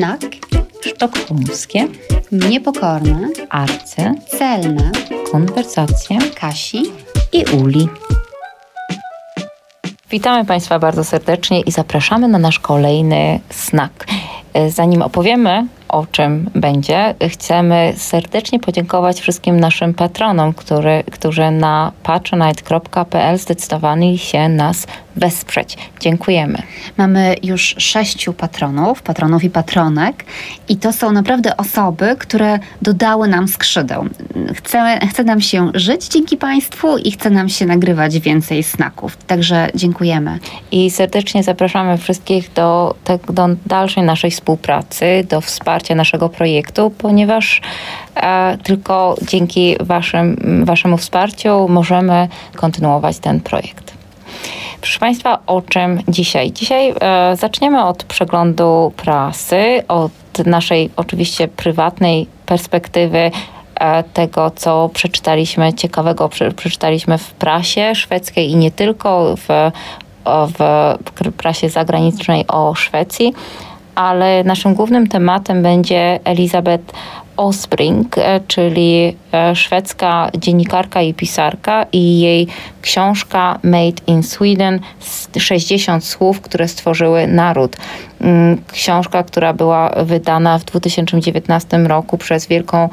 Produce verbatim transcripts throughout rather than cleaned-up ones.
Sznak, sztokholmskie, Niepokorne, Arce, Celne, Konwersacje Kasi i Uli. Witamy Państwa bardzo serdecznie i zapraszamy na nasz kolejny snack. Zanim opowiemy, o czym będzie, chcemy serdecznie podziękować wszystkim naszym patronom, który, którzy na patronite kropka p l zdecydowali się nas wesprzeć. Dziękujemy. Mamy już sześciu patronów, patronów i patronek i to są naprawdę osoby, które dodały nam skrzydeł. Chce, chce nam się żyć dzięki Państwu i chce nam się nagrywać więcej snaków. Także dziękujemy. I serdecznie zapraszamy wszystkich do, do dalszej naszej współpracy, do wsparcia naszego projektu, ponieważ e, tylko dzięki waszym, waszemu wsparciu możemy kontynuować ten projekt. Proszę Państwa, o czym dzisiaj? Dzisiaj e, zaczniemy od przeglądu prasy, od naszej oczywiście prywatnej perspektywy e, tego, co przeczytaliśmy ciekawego, prze, przeczytaliśmy w prasie szwedzkiej i nie tylko, w, w prasie zagranicznej o Szwecji, ale naszym głównym tematem będzie Elisabeth Åsbrink, czyli szwedzka dziennikarka i pisarka i jej książka Made in Sweden, sześćdziesiąt słów, które stworzyły naród. Książka, która była wydana w dwa tysiące dziewiętnastym roku przez Wielką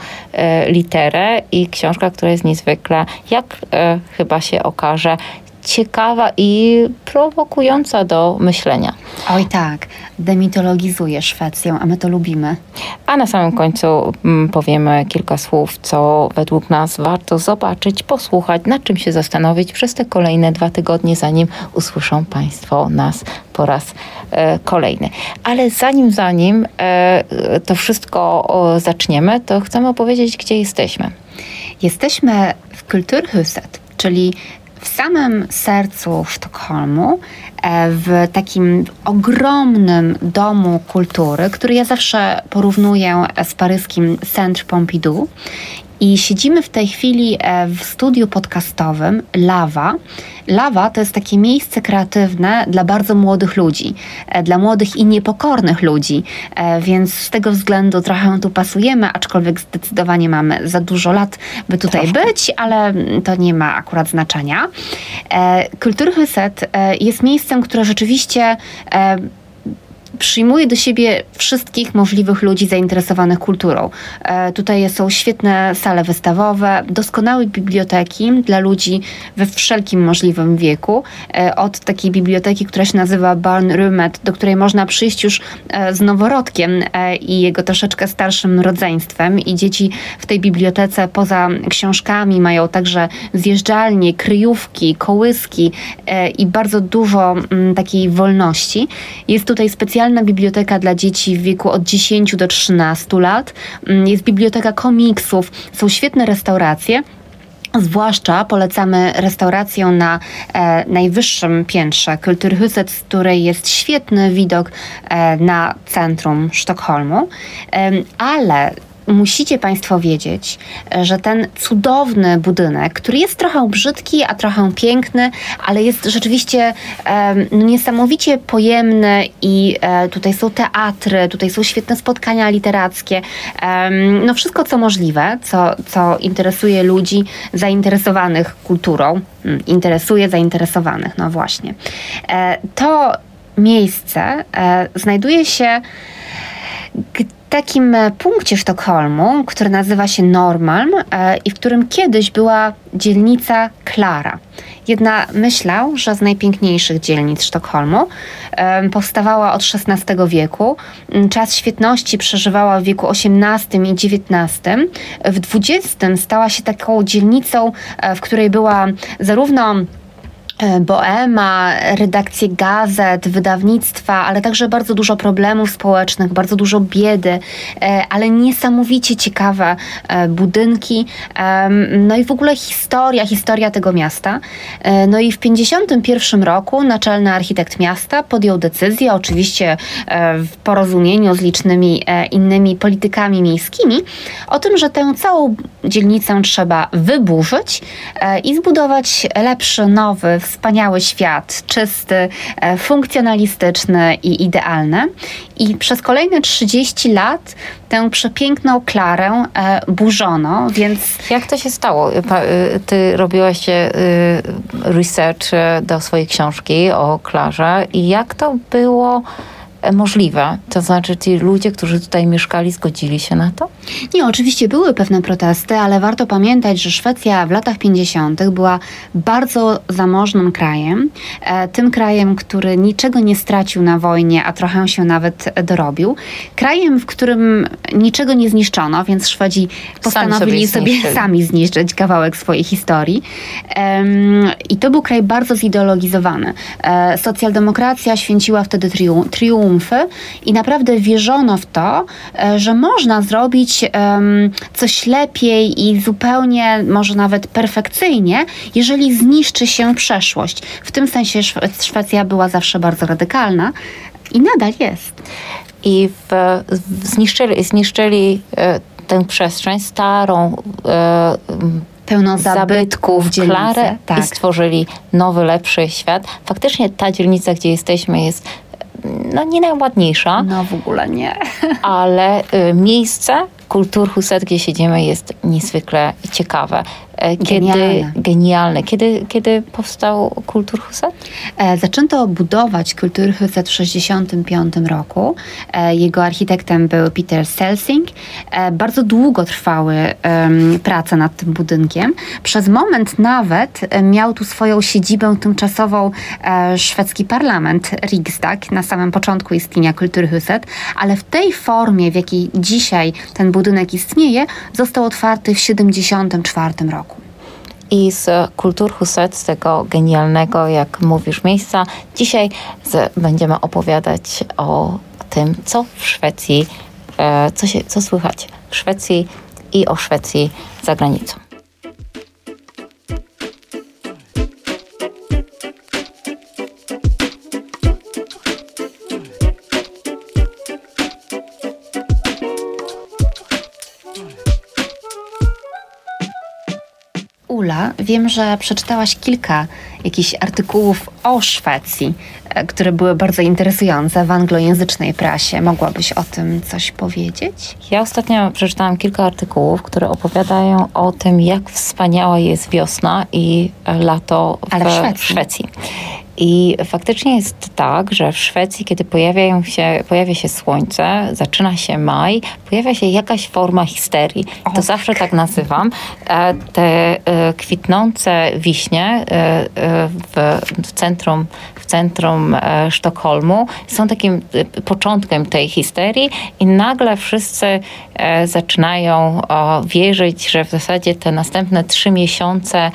Literę i książka, która jest niezwykle, jak chyba się okaże, ciekawa i prowokująca do myślenia. Oj tak, demitologizuje Szwecję, a my to lubimy. A na samym końcu mm, powiemy kilka słów, co według nas warto zobaczyć, posłuchać, nad czym się zastanowić przez te kolejne dwa tygodnie, zanim usłyszą Państwo nas po raz e, kolejny. Ale zanim, zanim e, to wszystko o, zaczniemy, to chcemy opowiedzieć, gdzie jesteśmy. Jesteśmy w Kulturhuset, czyli w samym sercu Sztokholmu, w takim ogromnym domu kultury, który ja zawsze porównuję z paryskim Centre Pompidou. I siedzimy w tej chwili w studiu podcastowym Lawa. Lawa to jest takie miejsce kreatywne dla bardzo młodych ludzi, dla młodych i niepokornych ludzi, więc z tego względu trochę tu pasujemy, aczkolwiek zdecydowanie mamy za dużo lat, by tutaj Troszkę. być, ale to nie ma akurat znaczenia. Kulturhuset jest miejscem, które rzeczywiście przyjmuje do siebie wszystkich możliwych ludzi zainteresowanych kulturą. E, tutaj są świetne sale wystawowe, doskonałe biblioteki dla ludzi we wszelkim możliwym wieku. E, od takiej biblioteki, która się nazywa Barnrummet, do której można przyjść już e, z noworodkiem e, i jego troszeczkę starszym rodzeństwem. I dzieci w tej bibliotece poza książkami mają także zjeżdżalnie, kryjówki, kołyski e, i bardzo dużo m, takiej wolności. Jest tutaj specjalna biblioteka dla dzieci w wieku od dziesięciu do trzynastu lat. Jest biblioteka komiksów, są świetne restauracje. Zwłaszcza polecamy restaurację na e, najwyższym piętrze Kulturhuset, z której jest świetny widok e, na centrum Sztokholmu. E, ale musicie Państwo wiedzieć, że ten cudowny budynek, który jest trochę brzydki, a trochę piękny, ale jest rzeczywiście e, no, niesamowicie pojemny i e, tutaj są teatry, tutaj są świetne spotkania literackie, e, no wszystko co możliwe, co, co interesuje ludzi zainteresowanych kulturą, interesuje zainteresowanych, no właśnie. E, to miejsce e, znajduje się w takim punkcie Sztokholmu, który nazywa się Norrmalm e, i w którym kiedyś była dzielnica Klara. Jedna, myślę, że z najpiękniejszych dzielnic Sztokholmu. E, powstawała od szesnastego wieku. Czas świetności przeżywała w wieku osiemnastym i dziewiętnastym. W dwudziestym stała się taką dzielnicą, e, w której była zarówno boema, redakcje gazet, wydawnictwa, ale także bardzo dużo problemów społecznych, bardzo dużo biedy, ale niesamowicie ciekawe budynki, no i w ogóle historia, historia tego miasta. No i w pięćdziesiątym pierwszym roku naczelny architekt miasta podjął decyzję, oczywiście w porozumieniu z licznymi innymi politykami miejskimi, o tym, że tę całą dzielnicę trzeba wyburzyć i zbudować lepszy, nowy, wspaniały świat, czysty, funkcjonalistyczny i idealny. I przez kolejne trzydzieści lat tę przepiękną Klarę burzono, więc... Jak to się stało? Ty robiłaś research do swojej książki o Klarze i jak to było możliwe? To znaczy ci ludzie, którzy tutaj mieszkali, zgodzili się na to? Nie, oczywiście były pewne protesty, ale warto pamiętać, że Szwecja w latach pięćdziesiątych była bardzo zamożnym krajem. E, tym krajem, który niczego nie stracił na wojnie, a trochę się nawet dorobił. Krajem, w którym niczego nie zniszczono, więc Szwedzi postanowili sami sobie, sobie sami zniszczyć kawałek swojej historii. E, I to był kraj bardzo zideologizowany. E, socjaldemokracja święciła wtedy trium- triumfy i naprawdę wierzono w to, e, że można zrobić Um, coś lepiej i zupełnie, może nawet perfekcyjnie, jeżeli zniszczy się przeszłość. W tym sensie Szwe- Szwecja była zawsze bardzo radykalna i nadal jest. I w, w zniszczyli, zniszczyli e, tę przestrzeń starą, e, pełną zabytków, Klarę tak. i stworzyli nowy, lepszy świat. Faktycznie ta dzielnica, gdzie jesteśmy, jest no nie najładniejsza. No w ogóle nie. Ale y, miejsce Kulturhuset, gdzie siedzimy, jest niezwykle ciekawe. Kiedy, genialne. Genialne. Kiedy, kiedy powstał Kulturhuset? E, zaczęto budować Kulturhuset w sześćdziesiątym piątym roku. E, jego architektem był Peter Selsing. E, bardzo długo trwały e, prace nad tym budynkiem. Przez moment nawet e, miał tu swoją siedzibę tymczasową e, szwedzki parlament Riksdag na samym początku istnienia Kulturhuset, ale w tej formie, w jakiej dzisiaj ten budynek istnieje, został otwarty w siedemdziesiątym czwartym roku. I z Kulturhuset, z tego genialnego, jak mówisz, miejsca, dzisiaj z, będziemy opowiadać o tym, co w Szwecji, e, co, się, co słychać w Szwecji i o Szwecji za granicą. Ula, wiem, że przeczytałaś kilka jakichś artykułów o Szwecji, które były bardzo interesujące w anglojęzycznej prasie. Mogłabyś o tym coś powiedzieć? Ja ostatnio przeczytałam kilka artykułów, które opowiadają o tym, jak wspaniała jest wiosna i lato w, Ale w Szwecji. w Szwecji. I faktycznie jest tak, że w Szwecji, kiedy pojawiają się, pojawia się słońce, zaczyna się maj, pojawia się jakaś forma histerii. O, to zawsze tak nazywam. Te kwitnące wiśnie w, w centrum, w centrum Sztokholmu są takim początkiem tej histerii i nagle wszyscy zaczynają wierzyć, że w zasadzie te następne trzy miesiące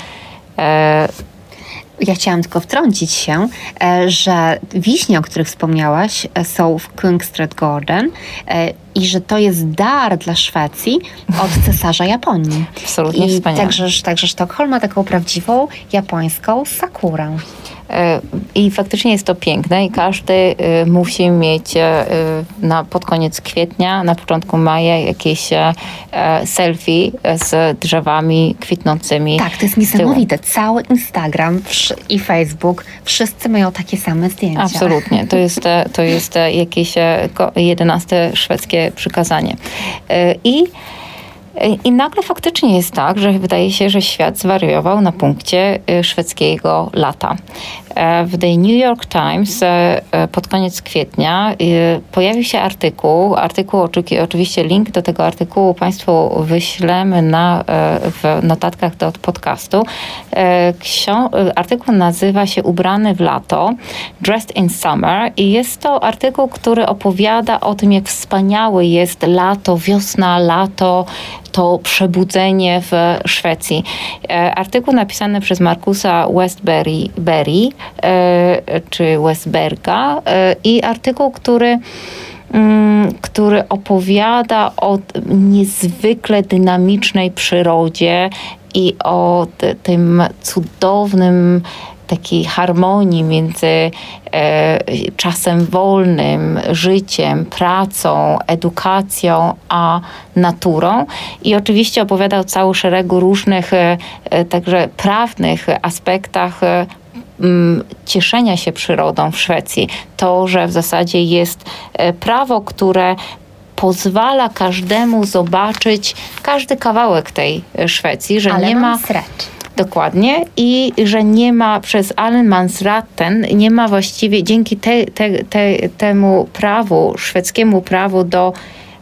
Ja chciałam tylko wtrącić się, że wiśnie, o których wspomniałaś, są w Kungsträdgården i że to jest dar dla Szwecji od cesarza Japonii. Absolutnie I wspaniale. Także, także Sztokholm ma taką prawdziwą japońską sakurę. I faktycznie jest to piękne i każdy musi mieć na, pod koniec kwietnia, na początku maja jakieś selfie z drzewami kwitnącymi. Tak, to jest niesamowite. Cały Instagram i Facebook, wszyscy mają takie same zdjęcia. Absolutnie. To jest, to jest jakieś jedenaste szwedzkie przykazanie. I I nagle faktycznie jest tak, że wydaje się, że świat zwariował na punkcie szwedzkiego lata. W The New York Times pod koniec kwietnia pojawił się artykuł, artykuł oczywiście link do tego artykułu Państwu wyślemy na, w notatkach do podcastu. Ksią- artykuł nazywa się Ubrany w lato, Dressed in Summer i jest to artykuł, który opowiada o tym, jak wspaniałe jest lato, wiosna, lato, to przebudzenie w Szwecji. Artykuł napisany przez Markusa Westberry, Berry, czy Westberga i artykuł, który który opowiada o niezwykle dynamicznej przyrodzie i o t- tym cudownym takiej harmonii między e, czasem wolnym, życiem, pracą, edukacją, a naturą. I oczywiście opowiada o całym szeregu różnych e, także prawnych aspektach e, mm, cieszenia się przyrodą w Szwecji. To, że w zasadzie jest e, prawo, które pozwala każdemu zobaczyć każdy kawałek tej Szwecji, że Ale nie ma... srecz. Dokładnie. I że nie ma przez Allemansratten, nie ma właściwie dzięki te, te, te, temu prawu, szwedzkiemu prawu do,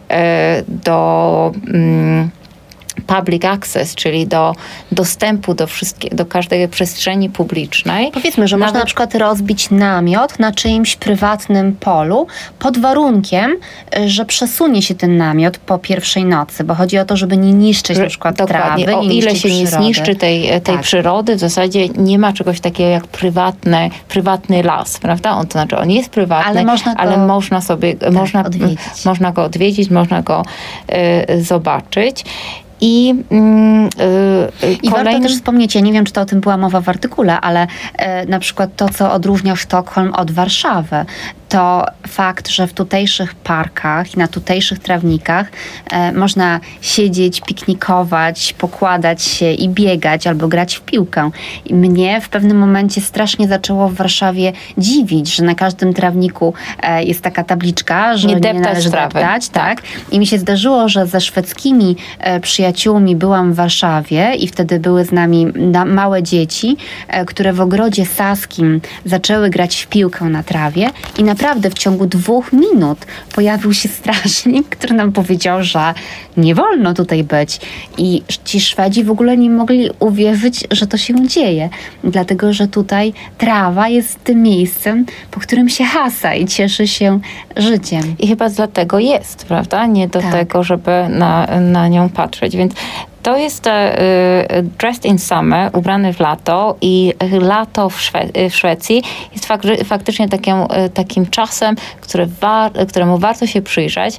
e, do mm, public access, czyli do dostępu do, wszystkie, do każdej przestrzeni publicznej. Powiedzmy, że Nawet... można na przykład rozbić namiot na czyimś prywatnym polu pod warunkiem, że przesunie się ten namiot po pierwszej nocy, bo chodzi o to, żeby nie niszczyć na przykład Dokładnie. trawy, O nie ile niszczyć się nie przyrody. zniszczy tej, tej Tak. przyrody, w zasadzie nie ma czegoś takiego jak prywatne, prywatny las, prawda? On, to znaczy on jest prywatny, Ale można go- ale można sobie, można, odwiedzić. można go odwiedzić, można go y, zobaczyć. I, mm, y, I kolejny... warto też wspomnieć, ja nie wiem, czy to o tym była mowa w artykule, ale e, na przykład to, co odróżnia Sztokholm od Warszawy, to fakt, że w tutejszych parkach i na tutejszych trawnikach e, można siedzieć, piknikować, pokładać się i biegać albo grać w piłkę. I mnie w pewnym momencie strasznie zaczęło w Warszawie dziwić, że na każdym trawniku e, jest taka tabliczka, że Nie nie, deptać należy trawy. deptać. Tak. I mi się zdarzyło, że ze szwedzkimi e, przyjaciółmi byłam w Warszawie i wtedy były z nami na, małe dzieci, e, które w ogrodzie saskim zaczęły grać w piłkę na trawie i naprawdę w ciągu dwóch minut pojawił się strażnik, który nam powiedział, że nie wolno tutaj być. I ci Szwedzi w ogóle nie mogli uwierzyć, że to się dzieje, dlatego że tutaj trawa jest tym miejscem, po którym się hasa i cieszy się życiem. I chyba dlatego jest, prawda? Nie do Tak. tego, żeby na, na nią patrzeć. Więc to jest e, Dressed in Summer, ubrany w lato i lato w, Szwe- w Szwecji jest fak- faktycznie takim, takim czasem, który war- któremu warto się przyjrzeć.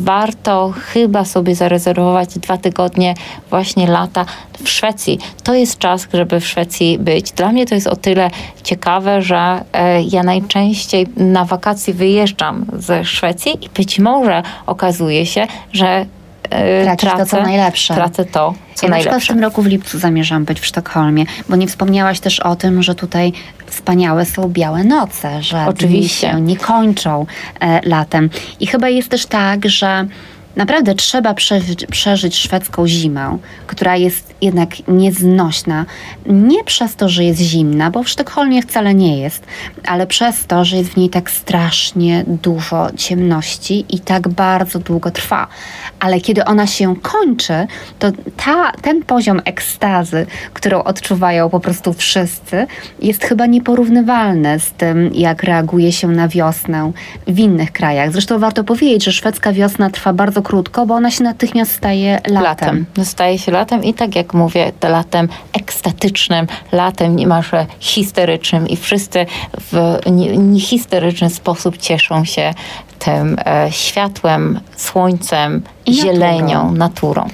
Warto chyba sobie zarezerwować dwa tygodnie właśnie lata w Szwecji. To jest czas, żeby w Szwecji być. Dla mnie to jest o tyle ciekawe, że e, ja najczęściej na wakacje wyjeżdżam ze Szwecji i być może okazuje się, że e, Tracić tracę, to, co najlepsze. tracę to, co Ja na przykład w najlepsze. tym roku w lipcu zamierzam być w Sztokholmie, bo nie wspomniałaś też o tym, że tutaj wspaniałe są białe noce, że Oczywiście. dni się nie kończą e, latem. I chyba jest też tak, że naprawdę trzeba przeżyć, przeżyć szwedzką zimę, która jest jednak nieznośna. Nie przez to, że jest zimna, bo w Sztokholmie wcale nie jest, ale przez to, że jest w niej tak strasznie dużo ciemności i tak bardzo długo trwa. Ale kiedy ona się kończy, to ta, ten poziom ekstazy, którą odczuwają po prostu wszyscy, jest chyba nieporównywalny z tym, jak reaguje się na wiosnę w innych krajach. Zresztą warto powiedzieć, że szwedzka wiosna trwa bardzo krótko, bo ona się natychmiast staje latem. Latem. Staje się latem i tak jak mówię, to latem ekstatycznym, latem niemalże histerycznym i wszyscy w niehisteryczny sposób cieszą się tym e, światłem, słońcem, I zielenią, naturą.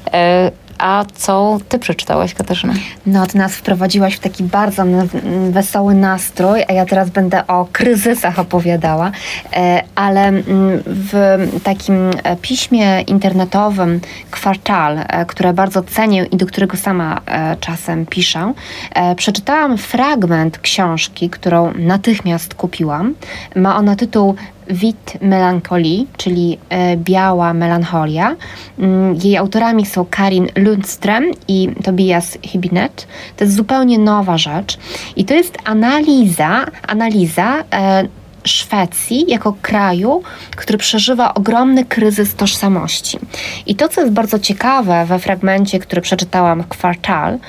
E, a co ty przeczytałaś, Katarzyna? No, ty nas wprowadziłaś w taki bardzo n- wesoły nastrój, a ja teraz będę o kryzysach opowiadała, e, ale mm, w takim e, piśmie internetowym Kwartal, e, które bardzo cenię i do którego sama e, czasem piszę, e, przeczytałam fragment książki, którą natychmiast kupiłam. Ma ona tytuł Vit Melancholie, czyli e, Biała Melancholia. Mm, Jej autorami są Karin Lundström i Tobias Hübinette. To jest zupełnie nowa rzecz i to jest analiza, analiza e, Szwecji jako kraju, który przeżywa ogromny kryzys tożsamości. I to, co jest bardzo ciekawe we fragmencie, który przeczytałam w Kwartal,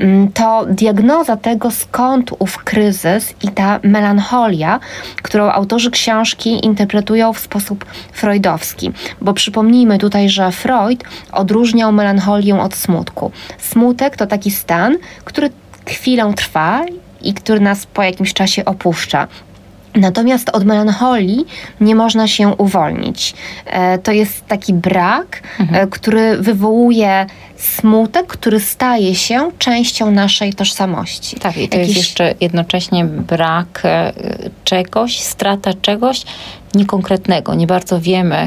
to diagnoza tego, skąd ów kryzys i ta melancholia, którą autorzy książki interpretują w sposób freudowski. Bo przypomnijmy tutaj, że Freud odróżniał melancholię od smutku. Smutek to taki stan, który chwilę trwa i który nas po jakimś czasie opuszcza. Natomiast od melancholii nie można się uwolnić. E, to jest taki brak, mhm. e, który wywołuje smutek, który staje się częścią naszej tożsamości. Tak, i to Jakiś... jest jeszcze jednocześnie brak e, czegoś, strata czegoś niekonkretnego. Nie bardzo wiemy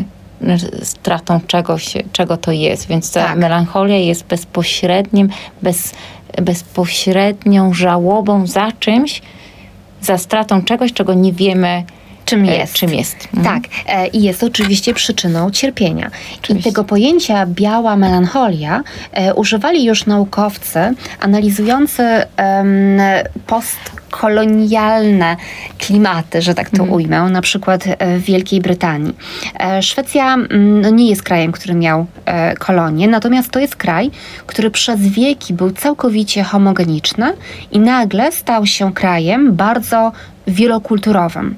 stratą czegoś, czego to jest. Więc ta tak. melancholia jest bezpośrednim, bez, bezpośrednią żałobą za czymś, za stratą czegoś, czego nie wiemy, czym jest. Czym jest. Mhm. Tak. E, I jest oczywiście przyczyną cierpienia. Oczywiście. I tego pojęcia biała melancholia e, używali już naukowcy analizujący em, postkolonialne klimaty, że tak to mm. ujmę, na przykład w Wielkiej Brytanii. E, Szwecja no, nie jest krajem, który miał e, kolonie, natomiast to jest kraj, który przez wieki był całkowicie homogeniczny i nagle stał się krajem bardzo wielokulturowym.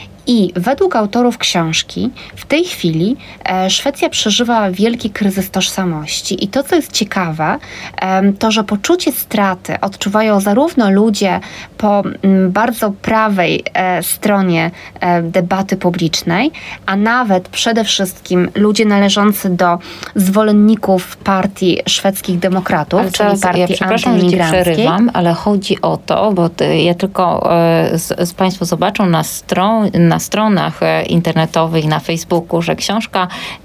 I według autorów książki w tej chwili e, Szwecja przeżywa wielki kryzys tożsamości. I to, co jest ciekawe, e, to, że poczucie straty odczuwają zarówno ludzie po m, bardzo prawej e, stronie e, debaty publicznej, a nawet przede wszystkim ludzie należący do zwolenników partii szwedzkich demokratów, ale czyli teraz, partii ja przepraszam, że ci przerywam, ale chodzi o to, bo ty, ja tylko e, z, z Państwo zobaczą na stronie, na stronach internetowych, na Facebooku, że książka,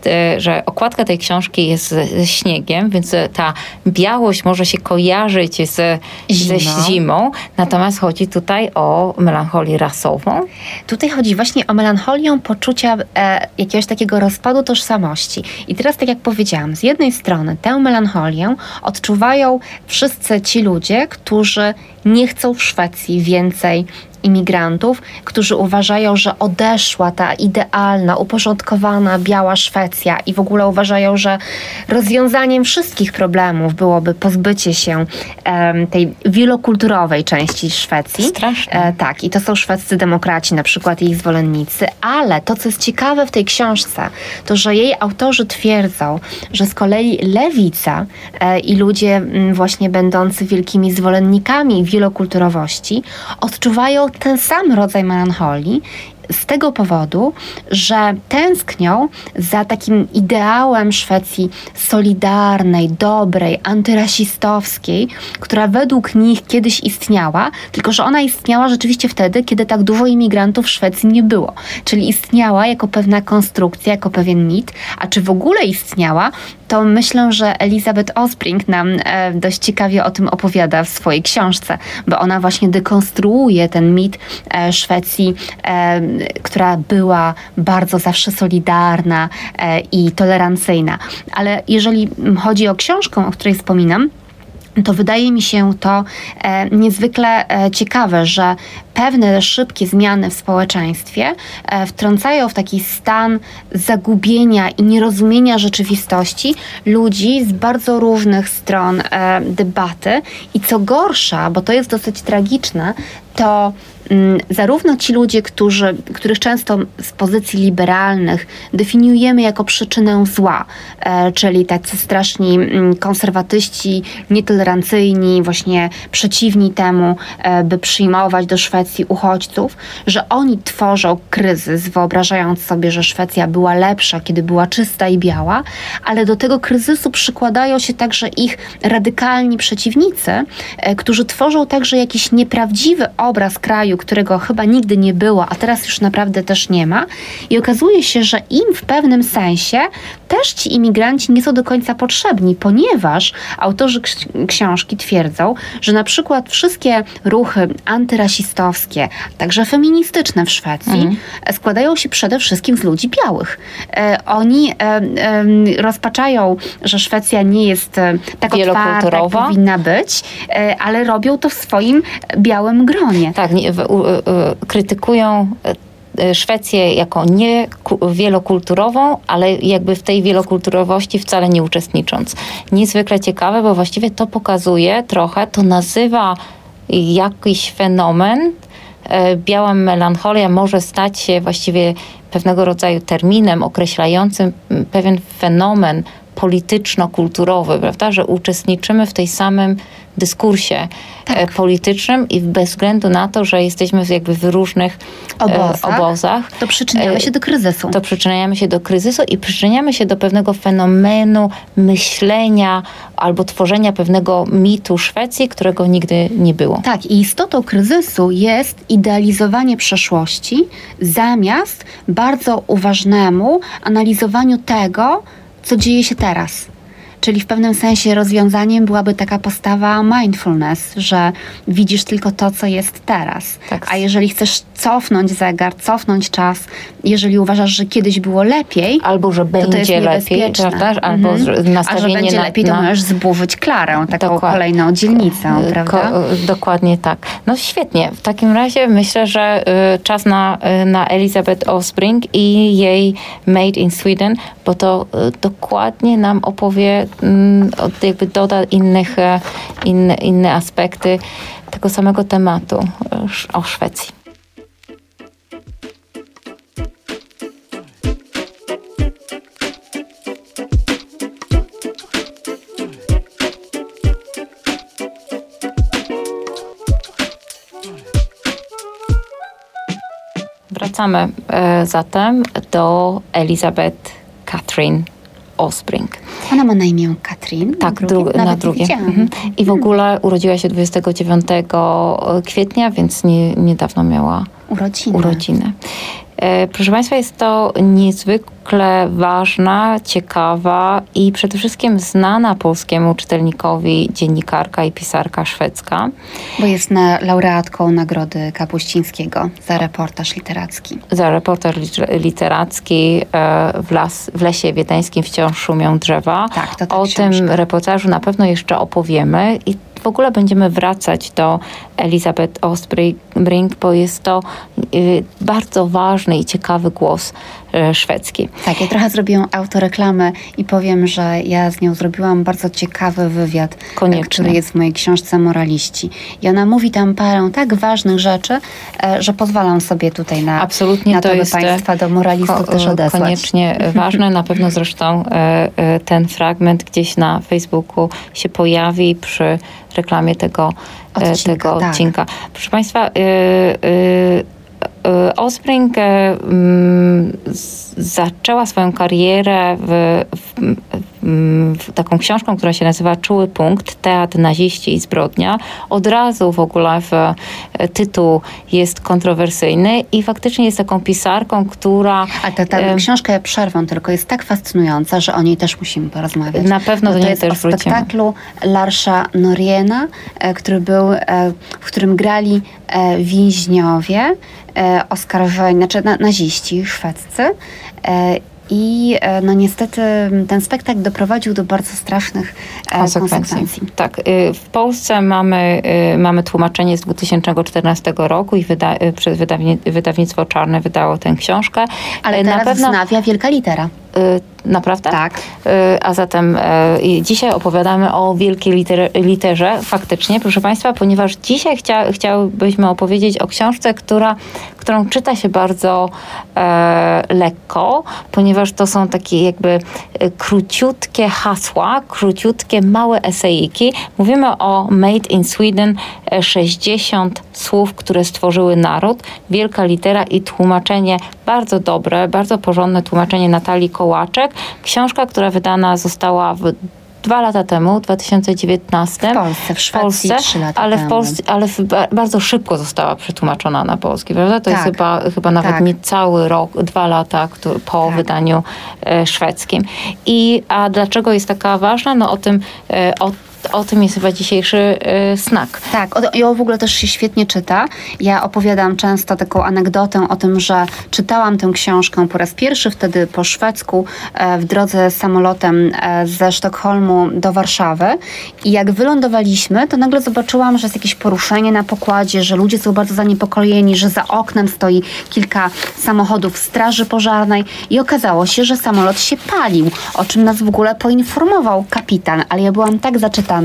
że okładka tej książki jest ze śniegiem, więc ta białość może się kojarzyć z, Zimą. ze zimą, natomiast chodzi tutaj o melancholię rasową. Tutaj chodzi właśnie o melancholię poczucia e, jakiegoś takiego rozpadu tożsamości. I teraz, tak jak powiedziałam, z jednej strony tę melancholię odczuwają wszyscy ci ludzie, którzy nie chcą w Szwecji więcej imigrantów, którzy uważają, że odeszła ta idealna, uporządkowana, biała Szwecja i w ogóle uważają, że rozwiązaniem wszystkich problemów byłoby pozbycie się um, tej wielokulturowej części Szwecji. Straszne. E, tak, i to są szwedzcy demokraci, na przykład ich zwolennicy, ale to, co jest ciekawe w tej książce, to, że jej autorzy twierdzą, że z kolei lewica e, i ludzie m, właśnie będący wielkimi zwolennikami wielokulturowości odczuwają ten sam rodzaj melancholii z tego powodu, że tęsknią za takim ideałem Szwecji solidarnej, dobrej, antyrasistowskiej, która według nich kiedyś istniała, tylko że ona istniała rzeczywiście wtedy, kiedy tak dużo imigrantów w Szwecji nie było. Czyli istniała jako pewna konstrukcja, jako pewien mit, a czy w ogóle istniała, to myślę, że Elisabeth Osbrink nam e, dość ciekawie o tym opowiada w swojej książce, bo ona właśnie dekonstruuje ten mit e, Szwecji, e, która była bardzo zawsze solidarna e, i tolerancyjna. Ale jeżeli chodzi o książkę, o której wspominam, to wydaje mi się to e, niezwykle e, ciekawe, że pewne szybkie zmiany w społeczeństwie e, wtrącają w taki stan zagubienia i nierozumienia rzeczywistości ludzi z bardzo różnych stron e, debaty. I co gorsza, bo to jest dosyć tragiczne, to mm, zarówno ci ludzie, którzy, których często z pozycji liberalnych definiujemy jako przyczynę zła, e, czyli tacy straszni mm, konserwatyści, nietolerancyjni, właśnie przeciwni temu, e, by przyjmować do Szwecji uchodźców, że oni tworzą kryzys, wyobrażając sobie, że Szwecja była lepsza, kiedy była czysta i biała, ale do tego kryzysu przykładają się także ich radykalni przeciwnicy, e, którzy tworzą także jakiś nieprawdziwy obraz kraju, którego chyba nigdy nie było, a teraz już naprawdę też nie ma. I okazuje się, że im w pewnym sensie też ci imigranci nie są do końca potrzebni, ponieważ autorzy książki twierdzą, że na przykład wszystkie ruchy antyrasistowskie, także feministyczne w Szwecji, mhm. składają się przede wszystkim z ludzi białych. E, oni e, e, rozpaczają, że Szwecja nie jest e, tak otwarta, jak powinna być, e, ale robią to w swoim białym gronie. Tak, nie, w, u, u, krytykują Szwecję jako nie wielokulturową, ale jakby w tej wielokulturowości wcale nie uczestnicząc. Niezwykle ciekawe, bo właściwie to pokazuje trochę, to nazywa jakiś fenomen. Biała melancholia może stać się właściwie pewnego rodzaju terminem określającym pewien fenomen polityczno-kulturowy, prawda, że uczestniczymy w tej samym dyskursie tak. politycznym i bez względu na to, że jesteśmy jakby w różnych obozach, obozach to przyczyniamy się do kryzysu. To przyczyniamy się do kryzysu i przyczyniamy się do pewnego fenomenu myślenia albo tworzenia pewnego mitu Szwecji, którego nigdy nie było. Tak, i istotą kryzysu jest idealizowanie przeszłości zamiast bardzo uważnemu analizowaniu tego, co dzieje się teraz. Czyli w pewnym sensie rozwiązaniem byłaby taka postawa mindfulness, że widzisz tylko to, co jest teraz. Tak. A jeżeli chcesz cofnąć zegar, cofnąć czas, jeżeli uważasz, że kiedyś było lepiej, albo że będzie to to jest lepiej, prawda? Albo mhm. nastawienie A że będzie na, lepiej, to na... możesz zburzyć Klarę, taką Dokład... kolejną dzielnicę, Ko- prawda? Dokładnie tak. No świetnie. W takim razie myślę, że y, czas na, y, na Elizabeth Ostring i jej Made in Sweden, bo to y, dokładnie nam opowie, y, jakby doda innych, y, inne, inne aspekty tego samego tematu y, o Szwecji. Wracamy e, zatem do Elizabeth Catherine Ostring. Ona ma na imię Katrin. Tak, drugie? dru- na drugie. Mhm. I w ogóle urodziła się dwudziestego dziewiątego kwietnia, więc nie, niedawno miała urodziny. urodziny. E, proszę Państwa, jest to niezwykle ważna, ciekawa i przede wszystkim znana polskiemu czytelnikowi dziennikarka i pisarka szwedzka. Bo jest na, laureatką Nagrody Kapuścińskiego za reportaż literacki. Za reportaż literacki e, w, las, w Lesie Wiedeńskim wciąż szumią drzewa. Tak, to ta o książka. tym reportażu na pewno jeszcze opowiemy i w ogóle będziemy wracać do Elizabeth Ostring, bo jest to y, bardzo ważny i ciekawy głos y, szwedzki. Tak, ja trochę zrobiłam autoreklamę i powiem, że ja z nią zrobiłam bardzo ciekawy wywiad, Koniecznie. który jest w mojej książce Moraliści. I ona mówi tam parę tak ważnych rzeczy, że pozwalam sobie tutaj na, Absolutnie na to, to by jest Państwa do moralistów ko- też odesłać. Koniecznie ważne. Na pewno zresztą e, e, ten fragment gdzieś na Facebooku się pojawi przy reklamie tego odcinka. E, tego tak. odcinka. Proszę Państwa, e, e, Ostring e, zaczęła swoją karierę w, w, w taką książką, która się nazywa Czuły punkt, teatr, naziści i zbrodnia. Od razu w ogóle w, tytuł jest kontrowersyjny i faktycznie jest taką pisarką, która... A ta, ta e, książka, ja przerwę tylko, jest tak fascynująca, że o niej też musimy porozmawiać. Na pewno do niej też wrócimy. To jest o spektaklu Larsa Noriena, e, który był, e, w którym grali e, więźniowie, e, oskarżeni, znaczy na, naziści szwedzcy. E, I no niestety ten spektakl doprowadził do bardzo strasznych konsekwencji. konsekwencji. Tak, w Polsce mamy, mamy tłumaczenie z dwa tysiące czternastego roku i wyda, przez wydawni, wydawnictwo Czarne wydało tę książkę. Ale teraz Na pewno wznawia Wielka Litera. Naprawdę? Tak. A zatem dzisiaj opowiadamy o wielkiej liter, literze, faktycznie, proszę Państwa, ponieważ dzisiaj chcia, chciałbyśmy opowiedzieć o książce, która, którą czyta się bardzo e, lekko, ponieważ to są takie jakby króciutkie hasła, króciutkie, małe esejiki. Mówimy o Made in Sweden, sześćdziesiąt słów, które stworzyły naród, wielka litera i tłumaczenie bardzo dobre, bardzo porządne tłumaczenie Natalii Kołaczek. Książka, która wydana została w dwa lata temu, w dwa tysiące dziewiętnastym. W Polsce, w Szwecji Polsce, trzy lata ale temu. W Polsce, ale w, bardzo szybko została przetłumaczona na polski, prawda? To tak. jest chyba, chyba nawet tak. niecały rok, dwa lata który, po tak. wydaniu e, szwedzkim. I a dlaczego jest taka ważna? No o tym, e, o O tym jest chyba dzisiejszy y, snak. Tak, o, ją w ogóle też się świetnie czyta. Ja opowiadam często taką anegdotę o tym, że czytałam tę książkę po raz pierwszy wtedy po szwedzku e, w drodze samolotem e, ze Sztokholmu do Warszawy i jak wylądowaliśmy, to nagle zobaczyłam, że jest jakieś poruszenie na pokładzie, że ludzie są bardzo zaniepokojeni, że za oknem stoi kilka samochodów straży pożarnej i okazało się, że samolot się palił, o czym nas w ogóle poinformował kapitan, ale ja byłam tak zaczytana,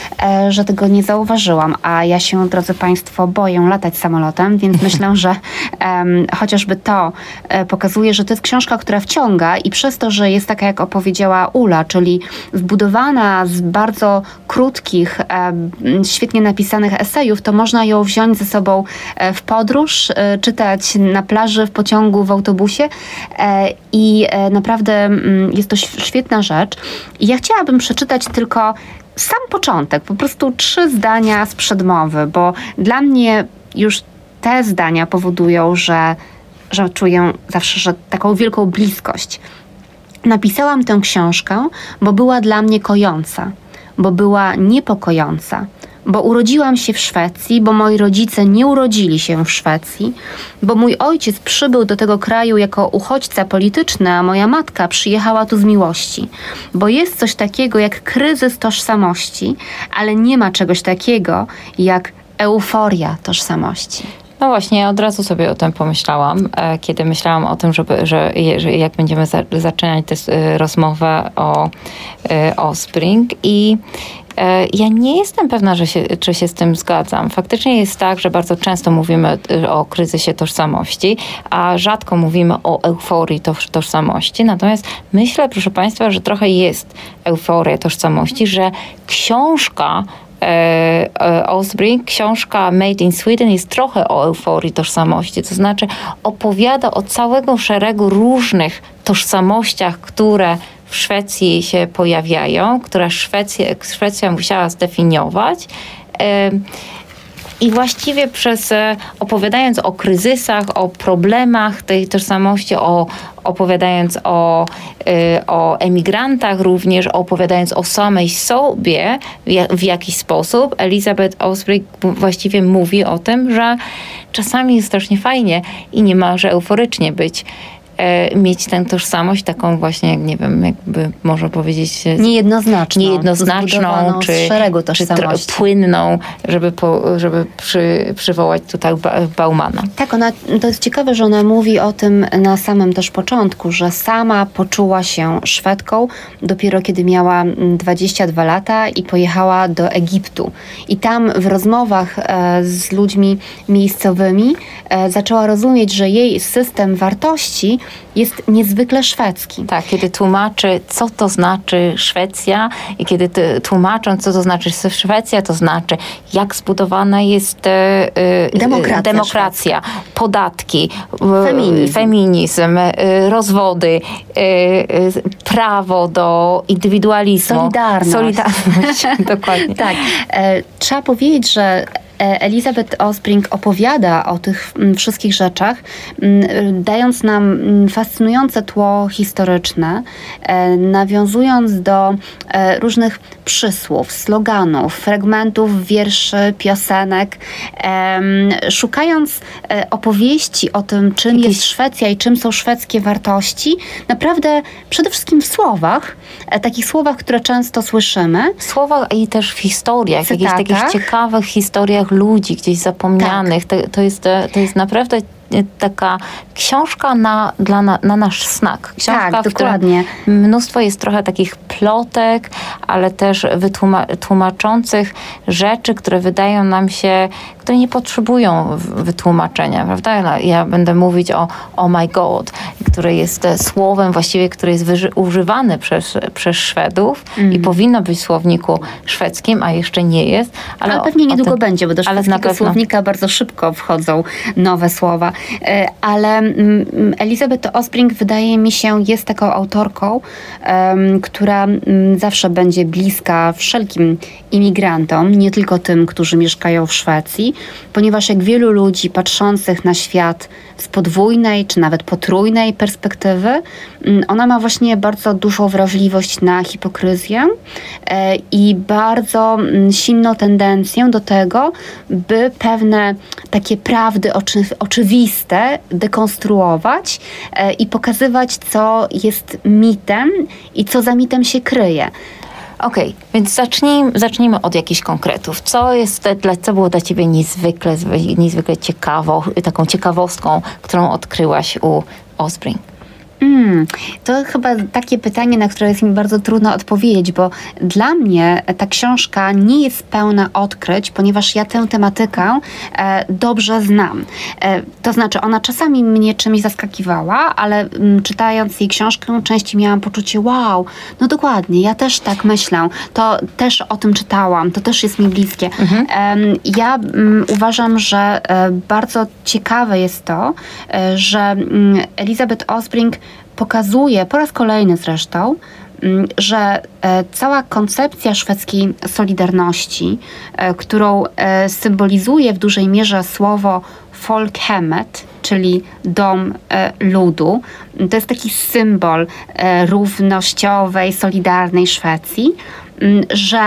że tego nie zauważyłam, a ja się, drodzy Państwo, boję latać samolotem, więc myślę, że um, chociażby to e, pokazuje, że to jest książka, która wciąga i przez to, że jest taka, jak opowiedziała Ula, czyli zbudowana z bardzo krótkich, e, świetnie napisanych esejów, to można ją wziąć ze sobą e, w podróż, e, czytać na plaży, w pociągu, w autobusie e, i e, naprawdę m, jest to świetna rzecz. I ja chciałabym przeczytać tylko sam początek, po prostu trzy zdania z przedmowy, bo dla mnie już te zdania powodują, że, że czuję zawsze że taką wielką bliskość Napisałam tę książkę, bo była dla mnie kojąca, bo była niepokojąca, bo urodziłam się w Szwecji, bo moi rodzice nie urodzili się w Szwecji, bo mój ojciec przybył do tego kraju jako uchodźca polityczny, a moja matka przyjechała tu z miłości, bo jest coś takiego jak kryzys tożsamości, ale nie ma czegoś takiego jak euforia tożsamości. No właśnie, ja od razu sobie o tym pomyślałam, kiedy myślałam o tym, żeby, że, że jak będziemy za, zaczynać tę rozmowę o, o Spring i ja nie jestem pewna, że się, czy się z tym zgadzam. Faktycznie jest tak, że bardzo często mówimy o kryzysie tożsamości, a rzadko mówimy o euforii toż, tożsamości. Natomiast myślę, proszę Państwa, że trochę jest euforia tożsamości, że książka Osbrink, książka Made in Sweden jest trochę o euforii tożsamości, to znaczy opowiada o całego szeregu różnych tożsamościach, które w Szwecji się pojawiają, które Szwecja, Szwecja musiała zdefiniować. I właściwie przez, opowiadając o kryzysach, o problemach tej tożsamości, o, opowiadając o, o emigrantach również, opowiadając o samej sobie w, w jakiś sposób, Elizabeth Osbrink właściwie mówi o tym, że czasami jest strasznie fajnie i nie ma, że euforycznie być. Mieć tę tożsamość taką właśnie, nie wiem, jakby można powiedzieć... Niejednoznaczną. Niejednoznaczną, czy, czy tr- płynną, żeby, po, żeby przy, przywołać tutaj ba- Baumana. Tak, ona, to jest ciekawe, że ona mówi o tym na samym też początku, że sama poczuła się Szwedką dopiero kiedy miała dwadzieścia dwa lata i pojechała do Egiptu. I tam w rozmowach e, z ludźmi miejscowymi e, zaczęła rozumieć, że jej system wartości jest niezwykle szwedzki. Tak, kiedy tłumaczy, co to znaczy Szwecja i kiedy tłumacząc, co to znaczy Szwecja, to znaczy, jak zbudowana jest e, demokracja, demokracja podatki, feminizm, feminizm e, rozwody, e, prawo do indywidualizmu. Solidarność. Solidarność, dokładnie. Tak. E, trzeba powiedzieć, że Elizabeth Osbrink opowiada o tych wszystkich rzeczach, dając nam fascynujące tło historyczne, nawiązując do różnych przysłów, sloganów, fragmentów wierszy, piosenek, szukając opowieści o tym, czym jest Szwecja i czym są szwedzkie wartości, naprawdę przede wszystkim w słowach, takich słowach, które często słyszymy. W słowach i też w historiach, jakichś takich ciekawych historiach ludzi gdzieś zapomnianych. Tak. To, to, jest, to jest naprawdę taka książka na, dla, na, na nasz smak. Książka, tak, w dokładnie. Mnóstwo jest trochę takich plotek, ale też wytłuma- tłumaczących rzeczy, które wydają nam się, które nie potrzebują wytłumaczenia, prawda? Ja będę mówić o oh my God, które jest słowem właściwie, które jest wyży- używane przez, przez Szwedów mm. i powinno być w słowniku szwedzkim, a jeszcze nie jest. Ale, ale pewnie niedługo tym, będzie, bo do szwedzkiego słownika bardzo szybko wchodzą nowe słowa. Ale Elizabeth Osbrink, wydaje mi się, jest taką autorką, um, która um, zawsze będzie bliska wszelkim imigrantom, nie tylko tym, którzy mieszkają w Szwecji, ponieważ jak wielu ludzi patrzących na świat z podwójnej, czy nawet potrójnej perspektywy, um, ona ma właśnie bardzo dużą wrażliwość na hipokryzję e, i bardzo um, silną tendencję do tego, by pewne takie prawdy oczy, oczywiste dekonstruować e, i pokazywać, co jest mitem i co za mitem się kryje. Okej, okay, więc zacznijmy, zacznijmy od jakichś konkretów. Co jest dla, co było dla ciebie niezwykle, niezwykle ciekawą, taką ciekawostką, którą odkryłaś u Osbrink? Mm, to chyba takie pytanie, na które jest mi bardzo trudno odpowiedzieć, bo dla mnie ta książka nie jest pełna odkryć, ponieważ ja tę tematykę e, dobrze znam. E, to znaczy, ona czasami mnie czymś zaskakiwała, ale m, czytając jej książkę, częściej miałam poczucie, wow, no dokładnie, ja też tak myślę, to też o tym czytałam, to też jest mi bliskie. Mhm. E, ja m, uważam, że e, bardzo ciekawe jest to, e, że m, Elizabeth Osbrink pokazuje, po raz kolejny zresztą, że cała koncepcja szwedzkiej Solidarności, którą symbolizuje w dużej mierze słowo folkhemmet, czyli dom ludu, to jest taki symbol równościowej, solidarnej Szwecji, że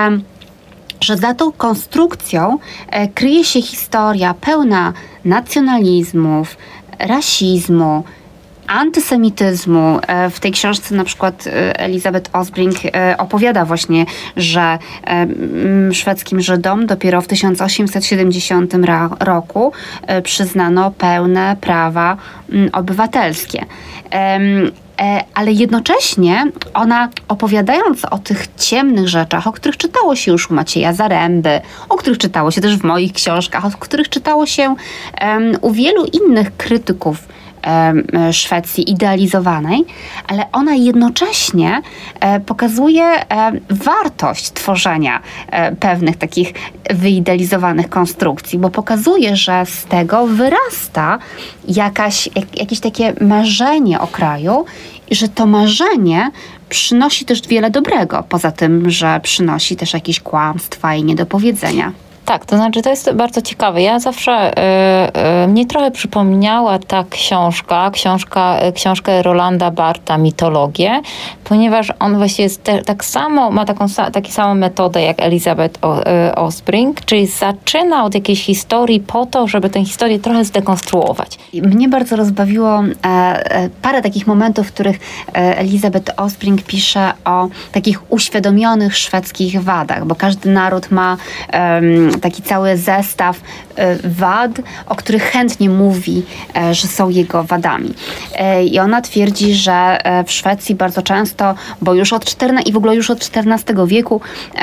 że za tą konstrukcją e, kryje się historia pełna nacjonalizmów, rasizmu, antysemityzmu. E, w tej książce na przykład e, Elizabeth Osbrink e, opowiada właśnie, że e, m, szwedzkim Żydom dopiero w tysiąc osiemset siedemdziesiątym ra, roku e, przyznano pełne prawa m, obywatelskie. E, ale jednocześnie ona, opowiadając o tych ciemnych rzeczach, o których czytało się już u Macieja Zaręby, o których czytało się też w moich książkach, o których czytało się um, u wielu innych krytyków um, Szwecji idealizowanej, ale ona jednocześnie um, pokazuje um, wartość tworzenia um, pewnych takich wyidealizowanych konstrukcji, bo pokazuje, że z tego wyrasta jakaś, jak, jakieś takie marzenie o kraju i że to marzenie przynosi też wiele dobrego, poza tym, że przynosi też jakieś kłamstwa i niedopowiedzenia. Tak, to znaczy to jest bardzo ciekawe. Ja zawsze, y, y, mnie trochę przypomniała ta książka, książka książkę Rolanda Bartha, Mitologię, ponieważ on właśnie jest te, tak samo, ma taką taką samą metodę jak Elizabeth o, y, Osbrink, czyli zaczyna od jakiejś historii po to, żeby tę historię trochę zdekonstruować. Mnie bardzo rozbawiło e, e, parę takich momentów, w których e, Elizabeth Osbrink pisze o takich uświadomionych szwedzkich wadach, bo każdy naród ma e, taki cały zestaw wad, o których chętnie mówi, że są jego wadami. I ona twierdzi, że w Szwecji bardzo często, bo już od czternastego i w ogóle już od czternastego wieku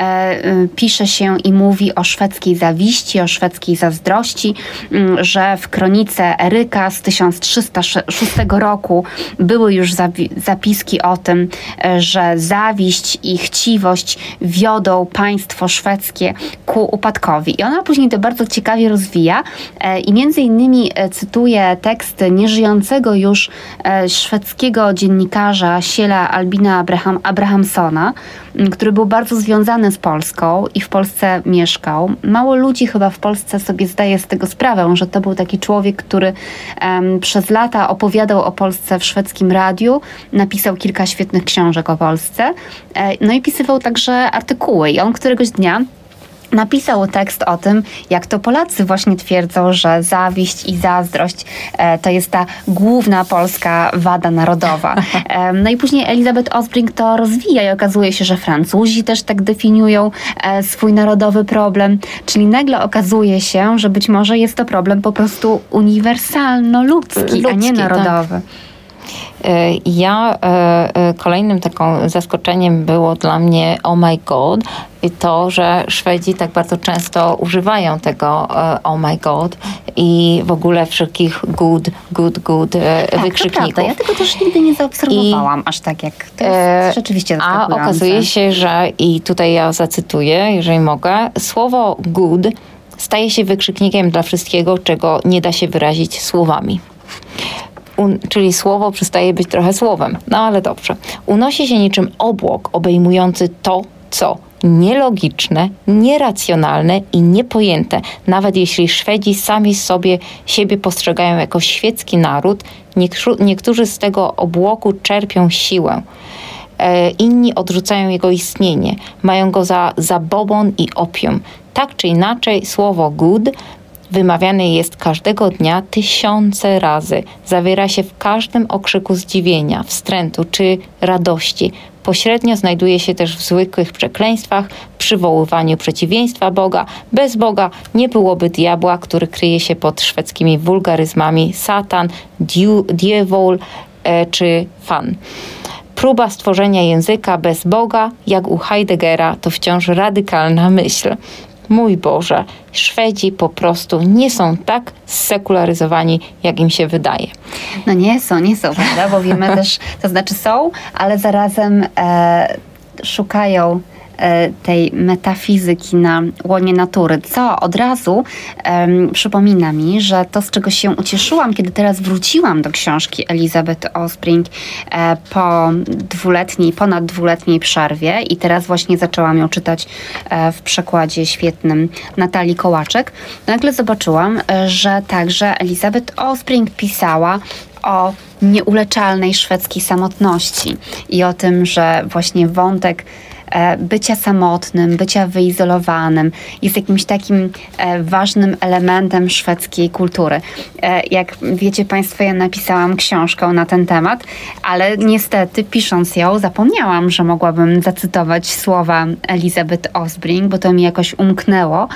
pisze się i mówi o szwedzkiej zawiści, o szwedzkiej zazdrości, że w kronice Eryka z tysiąc trzysta szóstego roku były już zapiski o tym, że zawiść i chciwość wiodą państwo szwedzkie ku upadkowi. I ona później to bardzo ciekawie rozwija i między innymi cytuje tekst nieżyjącego już szwedzkiego dziennikarza Siela Albina Abraham, Abrahamsona, który był bardzo związany z Polską i w Polsce mieszkał. Mało ludzi chyba w Polsce sobie zdaje z tego sprawę, że to był taki człowiek, który um, przez lata opowiadał o Polsce w szwedzkim radiu, napisał kilka świetnych książek o Polsce, no i pisywał także artykuły. I on któregoś dnia napisał tekst o tym, jak to Polacy właśnie twierdzą, że zawiść i zazdrość e, to jest ta główna polska wada narodowa. E, no i później Elizabeth Osbrink to rozwija i okazuje się, że Francuzi też tak definiują e, swój narodowy problem, czyli nagle okazuje się, że być może jest to problem po prostu uniwersalno-ludzki, Ludzki, a nie narodowy. Tak. Ja kolejnym taką zaskoczeniem było dla mnie oh my god i to, że Szwedzi tak bardzo często używają tego oh my god i w ogóle wszelkich good, good, good tak, wykrzykników. To ja tego też nigdy nie zaobserwowałam, I, aż tak jak to jest rzeczywiście zaskakujące. A okazuje się, że i tutaj ja zacytuję, jeżeli mogę, słowo good staje się wykrzyknikiem dla wszystkiego, czego nie da się wyrazić słowami. Un, czyli słowo przestaje być trochę słowem. No ale dobrze. Unosi się niczym obłok obejmujący to, co nielogiczne, nieracjonalne i niepojęte. Nawet jeśli Szwedzi sami sobie siebie postrzegają jako świecki naród, niektórzy, niektórzy z tego obłoku czerpią siłę. E, inni odrzucają jego istnienie. Mają go za zabobon i opium. Tak czy inaczej, słowo good wymawiany jest każdego dnia tysiące razy. Zawiera się w każdym okrzyku zdziwienia, wstrętu czy radości. Pośrednio znajduje się też w zwykłych przekleństwach, przywoływaniu przeciwieństwa Boga. Bez Boga nie byłoby diabła, który kryje się pod szwedzkimi wulgaryzmami Satan, diewol e, czy fan. Próba stworzenia języka bez Boga, jak u Heideggera, to wciąż radykalna myśl. Mój Boże, Szwedzi po prostu nie są tak zsekularyzowani, jak im się wydaje. No nie są, nie są, prawda? Bo wiemy też, to znaczy są, ale zarazem e, szukają tej metafizyki na łonie natury, co od razu um, przypomina mi, że to, z czego się ucieszyłam, kiedy teraz wróciłam do książki Elizabeth Ospring e, po dwuletniej, ponad dwuletniej przerwie i teraz właśnie zaczęłam ją czytać e, w przekładzie świetnym Natalii Kołaczek, nagle zobaczyłam, e, że także Elizabeth Ospring pisała o nieuleczalnej szwedzkiej samotności i o tym, że właśnie wątek bycia samotnym, bycia wyizolowanym jest jakimś takim ważnym elementem szwedzkiej kultury. Jak wiecie Państwo, ja napisałam książkę na ten temat, ale niestety pisząc ją zapomniałam, że mogłabym zacytować słowa Elizabeth Ospring, bo to mi jakoś umknęło,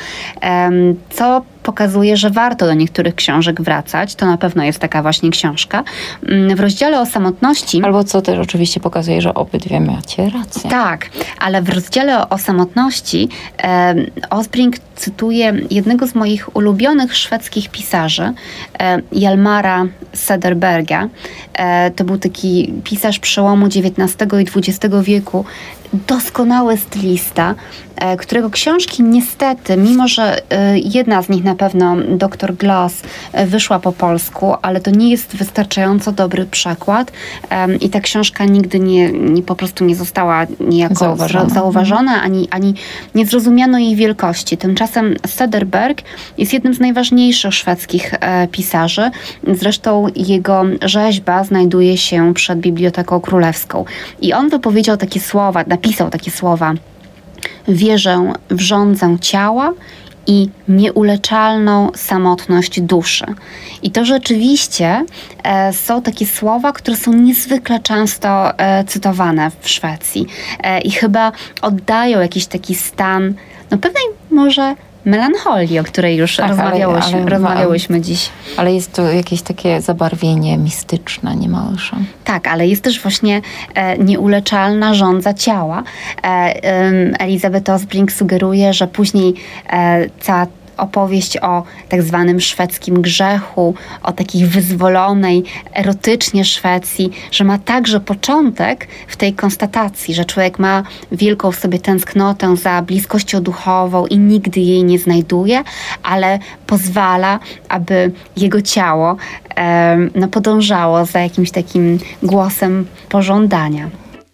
co pokazuje, że warto do niektórych książek wracać. To na pewno jest taka właśnie książka. W rozdziale o samotności... Albo co też oczywiście pokazuje, że obydwie macie rację. Tak, ale w rozdziale o samotności e, Ospring cytuje jednego z moich ulubionych szwedzkich pisarzy, e, Hjalmara Söderberga. E, to był taki pisarz przełomu dziewiętnastego i dwudziestego wieku, doskonały stylista, którego książki niestety, mimo że jedna z nich na pewno, doktor Glass, wyszła po polsku, ale to nie jest wystarczająco dobry przekład i ta książka nigdy nie, nie po prostu nie została niejako zauważona, zauważona ani, ani nie zrozumiano jej wielkości. Tymczasem Söderberg jest jednym z najważniejszych szwedzkich pisarzy. Zresztą jego rzeźba znajduje się przed Biblioteką Królewską. I on wypowiedział takie słowa, napisał takie słowa: wierzę w żądzę ciała i nieuleczalną samotność duszy. I to rzeczywiście e, są takie słowa, które są niezwykle często e, cytowane w Szwecji e, i chyba oddają jakiś taki stan, no pewnej może melancholii, o której już tak, rozmawiałyśmy, ale, ale, rozmawiałyśmy dziś. Ale jest to jakieś takie zabarwienie mistyczne niemalże. Tak, ale jest też właśnie e, nieuleczalna żądza ciała. E, e, Elizabeth Ospring sugeruje, że później e, cała opowieść o tak zwanym szwedzkim grzechu, o takiej wyzwolonej erotycznie Szwecji, że ma także początek w tej konstatacji, że człowiek ma wielką w sobie tęsknotę za bliskością duchową i nigdy jej nie znajduje, ale pozwala, aby jego ciało e, no, podążało za jakimś takim głosem pożądania.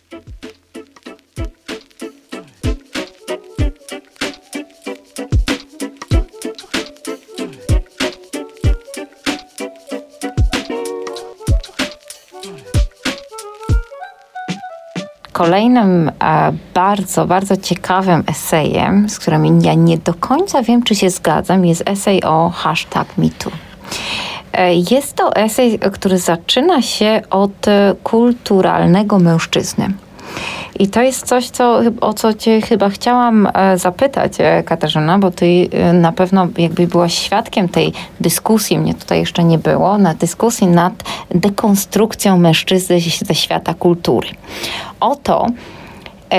Kolejnym e, bardzo, bardzo ciekawym esejem, z którym ja nie do końca wiem, czy się zgadzam, jest esej o hashtag MeToo. E, jest to esej, który zaczyna się od kulturalnego mężczyzny. I to jest coś, co, o co cię chyba chciałam zapytać, Katarzyna, bo ty na pewno jakby byłaś świadkiem tej dyskusji, mnie tutaj jeszcze nie było, na dyskusji nad dekonstrukcją mężczyzny ze świata kultury. Oto yy,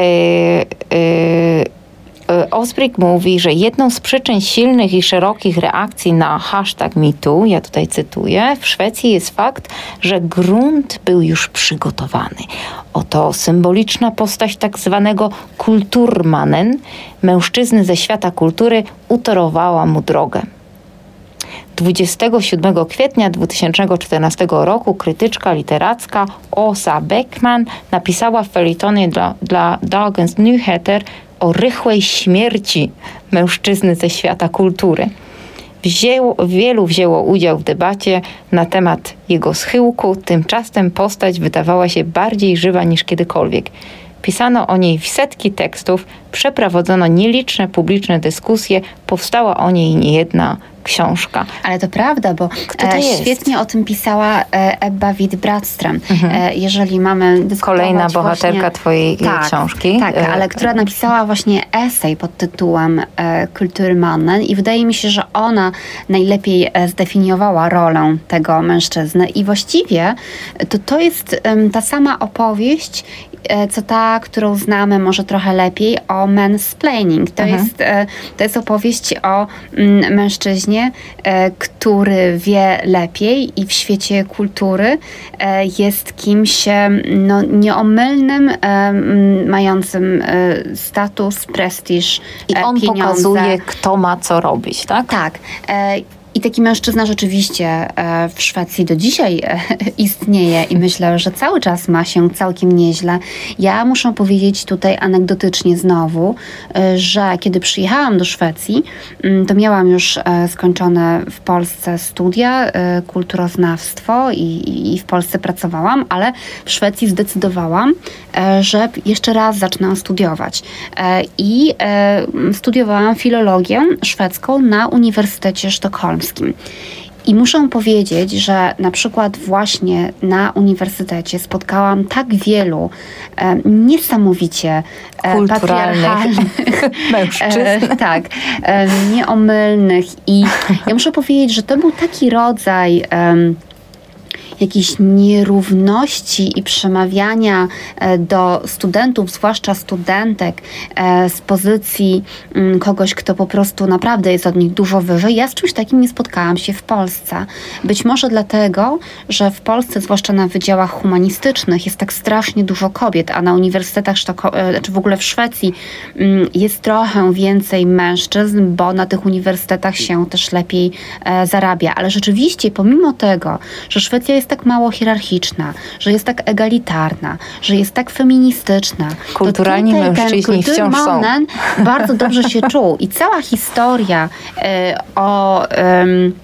yy, Ospring mówi, że jedną z przyczyn silnych i szerokich reakcji na hashtag MeToo, ja tutaj cytuję, w Szwecji jest fakt, że grunt był już przygotowany. Oto symboliczna postać tak zwanego kulturmannen, mężczyzny ze świata kultury, utorowała mu drogę. dwudziestego siódmego kwietnia dwa tysiące czternastego roku krytyczka literacka Åsa Beckman napisała w felietonie dla, dla Dagens Nyheter o rychłej śmierci mężczyzny ze świata kultury. Wzięło, wielu wzięło udział w debacie na temat jego schyłku, tymczasem postać wydawała się bardziej żywa niż kiedykolwiek. Pisano o niej setki tekstów, przeprowadzono nieliczne publiczne dyskusje, powstała o niej niejedna książka. Ale to prawda, bo e, świetnie o tym pisała e, Ebba Witt-Brattström. Mhm. E, jeżeli mamy dyskutować Kolejna bohaterka właśnie, twojej tak, książki. Tak, e, ale która napisała właśnie esej pod tytułem e, Kulturmannen i wydaje mi się, że ona najlepiej e, zdefiniowała rolę tego mężczyzny i właściwie to, to jest e, ta sama opowieść, co ta, którą znamy może trochę lepiej, o mansplaining. To, mhm. jest, to jest opowieść o mm, mężczyźnie, który wie lepiej i w świecie kultury jest kimś no, nieomylnym, mającym status, prestiż, i on pieniądze. Pokazuje, kto ma co robić, tak? Tak. I taki mężczyzna rzeczywiście w Szwecji do dzisiaj istnieje i myślę, że cały czas ma się całkiem nieźle. Ja muszę powiedzieć tutaj anegdotycznie znowu, że kiedy przyjechałam do Szwecji, to miałam już skończone w Polsce studia, kulturoznawstwo i, i w Polsce pracowałam, ale w Szwecji zdecydowałam, że jeszcze raz zacznę studiować. I studiowałam filologię szwedzką na Uniwersytecie Sztokholmskim. I muszę powiedzieć, że na przykład właśnie na uniwersytecie spotkałam tak wielu e, niesamowicie e, patriarchalnych mężczyzn. E, tak, e, nieomylnych. I ja muszę powiedzieć, że to był taki rodzaj E, jakiejś nierówności i przemawiania do studentów, zwłaszcza studentek, z pozycji kogoś, kto po prostu naprawdę jest od nich dużo wyżej. Ja z czymś takim nie spotkałam się w Polsce. Być może dlatego, że w Polsce, zwłaszcza na wydziałach humanistycznych, jest tak strasznie dużo kobiet, a na uniwersytetach, czy w ogóle w Szwecji jest trochę więcej mężczyzn, bo na tych uniwersytetach się też lepiej zarabia. Ale rzeczywiście, pomimo tego, że Szwecja jest tak mało hierarchiczna, że jest tak egalitarna, że jest tak feministyczna. Kulturalni to mężczyźni ten wciąż są. Bardzo dobrze się czuł. I cała historia e, o... E,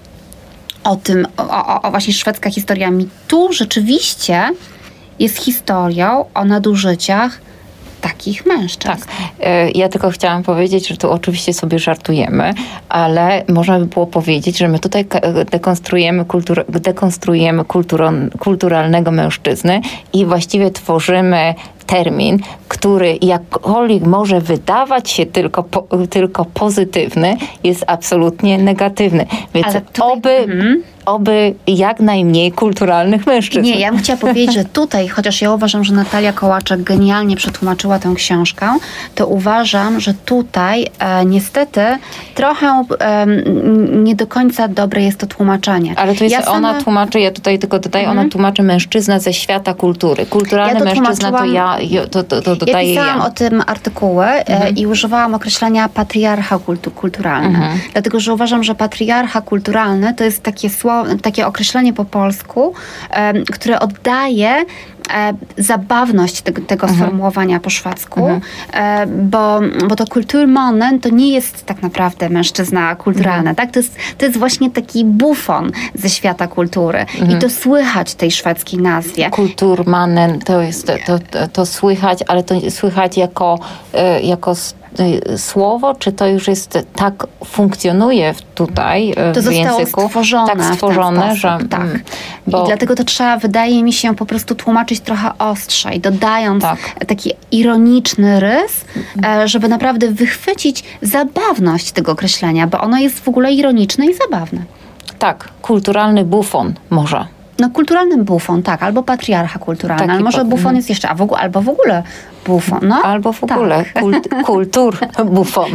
o tym, o, o właśnie szwedzka historia mitu rzeczywiście jest historią o nadużyciach takich mężczyzn. Tak. Ja tylko chciałam powiedzieć, że tu oczywiście sobie żartujemy, ale można by było powiedzieć, że my tutaj dekonstruujemy, kultur, dekonstruujemy kulturon, kulturalnego mężczyzny i właściwie tworzymy termin, który jakkolwiek może wydawać się tylko, po, tylko pozytywny, jest absolutnie negatywny. Więc ale tutaj, oby, mm. oby jak najmniej kulturalnych mężczyzn. Nie, ja bym chciała powiedzieć, że tutaj, chociaż ja uważam, że Natalia Kołaczek genialnie przetłumaczyła tę książkę, to uważam, że tutaj e, niestety trochę e, nie do końca dobre jest to tłumaczenie. Ale to jest, ja ona sama... tłumaczy, ja tutaj tylko dodaję, mm. ona tłumaczy mężczyzna ze świata kultury. Kulturalny ja mężczyzna to ja To, to, to dodaję ja pisałam ja. o tym artykuły mhm. i używałam określenia patriarcha kultu, kulturalny. Mhm. Dlatego, że uważam, że patriarcha kulturalny to jest takie, słowo, takie określenie po polsku, um, które oddaje e, zabawność tego, tego mhm. sformułowania po szwedzku, mhm. e, bo, bo to kulturmannen to nie jest tak naprawdę mężczyzna kulturalny. Mhm. Tak? To, jest, to jest właśnie taki bufon ze świata kultury. Mhm. I to słychać w tej szwedzkiej nazwie. Kulturmannen to jest, to, to, to słychać, ale to słychać jako, jako słowo, czy to już jest tak funkcjonuje tutaj to w języku? To zostało stworzone tak stworzone, że... Tak. Bo... I dlatego to trzeba, wydaje mi się, po prostu tłumaczyć trochę ostrzej, dodając tak. taki ironiczny rys, żeby naprawdę wychwycić zabawność tego określenia, bo ono jest w ogóle ironiczne i zabawne. Tak, kulturalny bufon może. No kulturalny bufon, tak, albo patriarcha kulturalna, Taki ale może po... bufon jest jeszcze, a w ogóle, albo w ogóle bufon, no. Albo w ogóle tak. kult, kultur bufon.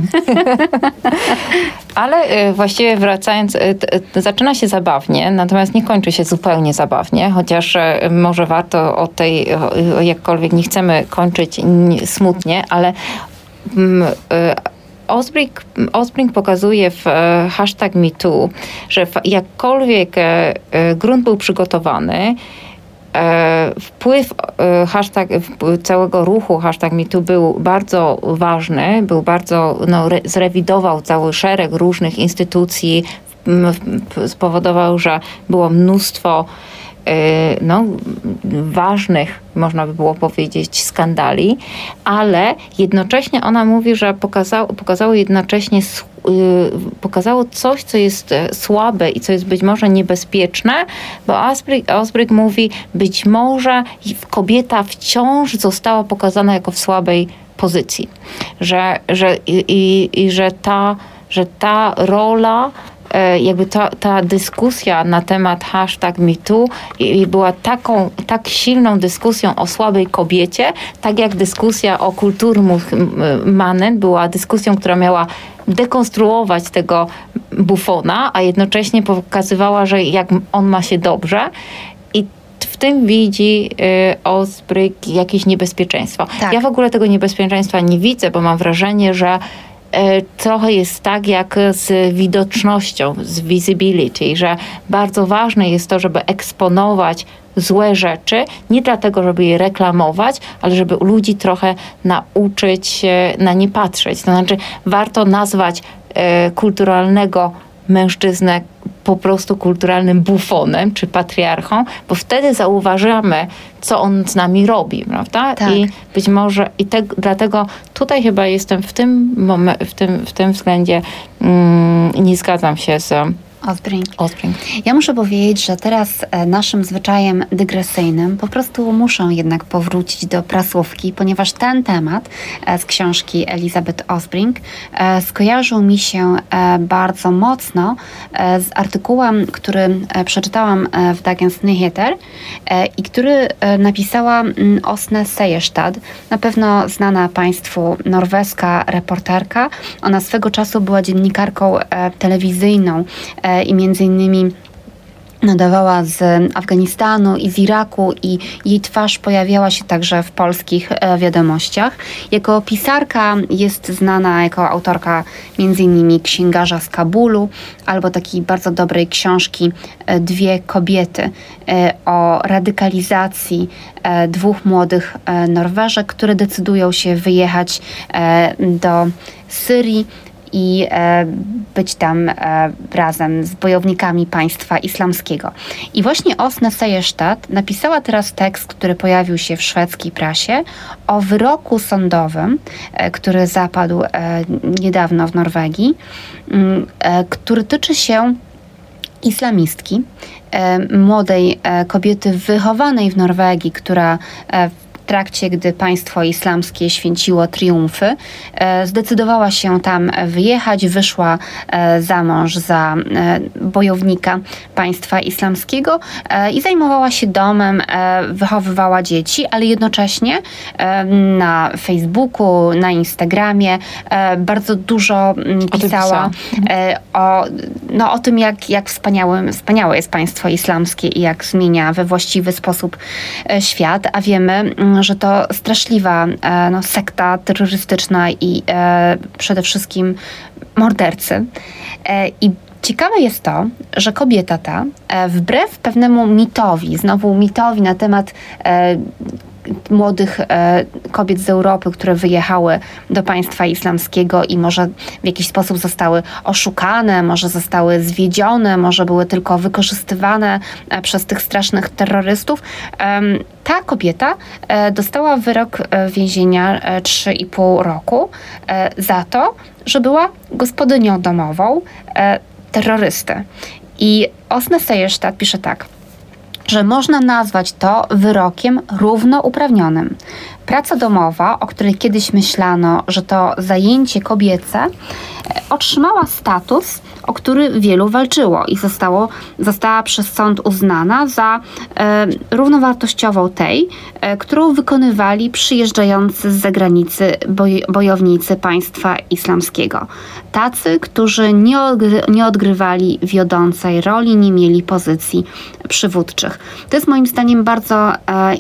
Ale właściwie wracając, zaczyna się zabawnie, natomiast nie kończy się zupełnie zabawnie, chociaż może warto o tej, jakkolwiek nie chcemy kończyć smutnie, ale Osbrink, Osbrink pokazuje w e, hashtag MeToo, że f, jakkolwiek e, grunt był przygotowany, e, wpływ e, hashtag, w, całego ruchu hashtag MeToo był bardzo ważny, był bardzo, no, re, zrewidował cały szereg różnych instytucji, m, m, spowodował, że było mnóstwo no, ważnych, można by było powiedzieć, skandali, ale jednocześnie ona mówi, że pokazało, pokazało jednocześnie pokazało coś, co jest słabe i co jest być może niebezpieczne, bo Osbrink, Osbrink mówi, być może kobieta wciąż została pokazana jako w słabej pozycji, że, że, i, i, i że, ta, że ta rola jakby ta, ta dyskusja na temat hashtag MeToo była taką, tak silną dyskusją o słabej kobiecie, tak jak dyskusja o Kulturmannen była dyskusją, która miała dekonstruować tego bufona, a jednocześnie pokazywała, że jak on ma się dobrze. I w tym widzi y, Osbryk jakieś niebezpieczeństwo. Tak. Ja w ogóle tego niebezpieczeństwa nie widzę, bo mam wrażenie, że trochę jest tak jak z widocznością, z visibility, że bardzo ważne jest to, żeby eksponować złe rzeczy, nie dlatego, żeby je reklamować, ale żeby ludzi trochę nauczyć się na nie patrzeć. To znaczy warto nazwać e, kulturalnego mężczyznę po prostu kulturalnym bufonem czy patriarchą, bo wtedy zauważamy, co on z nami robi, prawda? Tak. I być może i te, dlatego tutaj chyba jestem w tym momen- w tym, w tym względzie mm, nie zgadzam się z Osbrink. Osbrink. Ja muszę powiedzieć, że teraz naszym zwyczajem dygresyjnym po prostu muszę jednak powrócić do prasłówki, ponieważ ten temat z książki Elizabeth Osbrink skojarzył mi się bardzo mocno z artykułem, który przeczytałam w Dagens Nyheter i który napisała Åsne Seierstad, na pewno znana Państwu norweska reporterka. Ona swego czasu była dziennikarką telewizyjną i między innymi nadawała z Afganistanu i z Iraku i jej twarz pojawiała się także w polskich wiadomościach. Jako pisarka jest znana jako autorka między innymi Księgarza z Kabulu albo takiej bardzo dobrej książki Dwie kobiety o radykalizacji dwóch młodych Norweżek, które decydują się wyjechać do Syrii i e, być tam e, razem z bojownikami państwa islamskiego. I właśnie Åsne Seierstad napisała teraz tekst, który pojawił się w szwedzkiej prasie o wyroku sądowym, e, który zapadł e, niedawno w Norwegii, e, który tyczy się islamistki, e, młodej e, kobiety wychowanej w Norwegii, która e, w trakcie, gdy państwo islamskie święciło triumfy, zdecydowała się tam wyjechać, wyszła za mąż za bojownika państwa islamskiego i zajmowała się domem, wychowywała dzieci, ale jednocześnie na Facebooku, na Instagramie bardzo dużo pisała o, no, o tym, jak, jak wspaniałe, wspaniałe jest państwo islamskie i jak zmienia we właściwy sposób świat, a wiemy, że to straszliwa no, sekta terrorystyczna i e, przede wszystkim mordercy. E, I ciekawe jest to, że kobieta ta, e, wbrew pewnemu mitowi, znowu mitowi na temat e, młodych e, kobiet z Europy, które wyjechały do państwa islamskiego i może w jakiś sposób zostały oszukane, może zostały zwiedzione, może były tylko wykorzystywane e, przez tych strasznych terrorystów. E, ta kobieta e, dostała wyrok e, więzienia e, trzy i pół roku e, za to, że była gospodynią domową e, terrorysty. I Åsne Seierstad pisze tak, że można nazwać to wyrokiem równouprawnionym. Praca domowa, o której kiedyś myślano, że to zajęcie kobiece, otrzymała status, o który wielu walczyło i zostało, została przez sąd uznana za e, równowartościową tej, e, którą wykonywali przyjeżdżający z zagranicy boj, bojownicy państwa islamskiego. Tacy, którzy nie, odgry, nie odgrywali wiodącej roli, nie mieli pozycji przywódczych. To jest moim zdaniem bardzo e,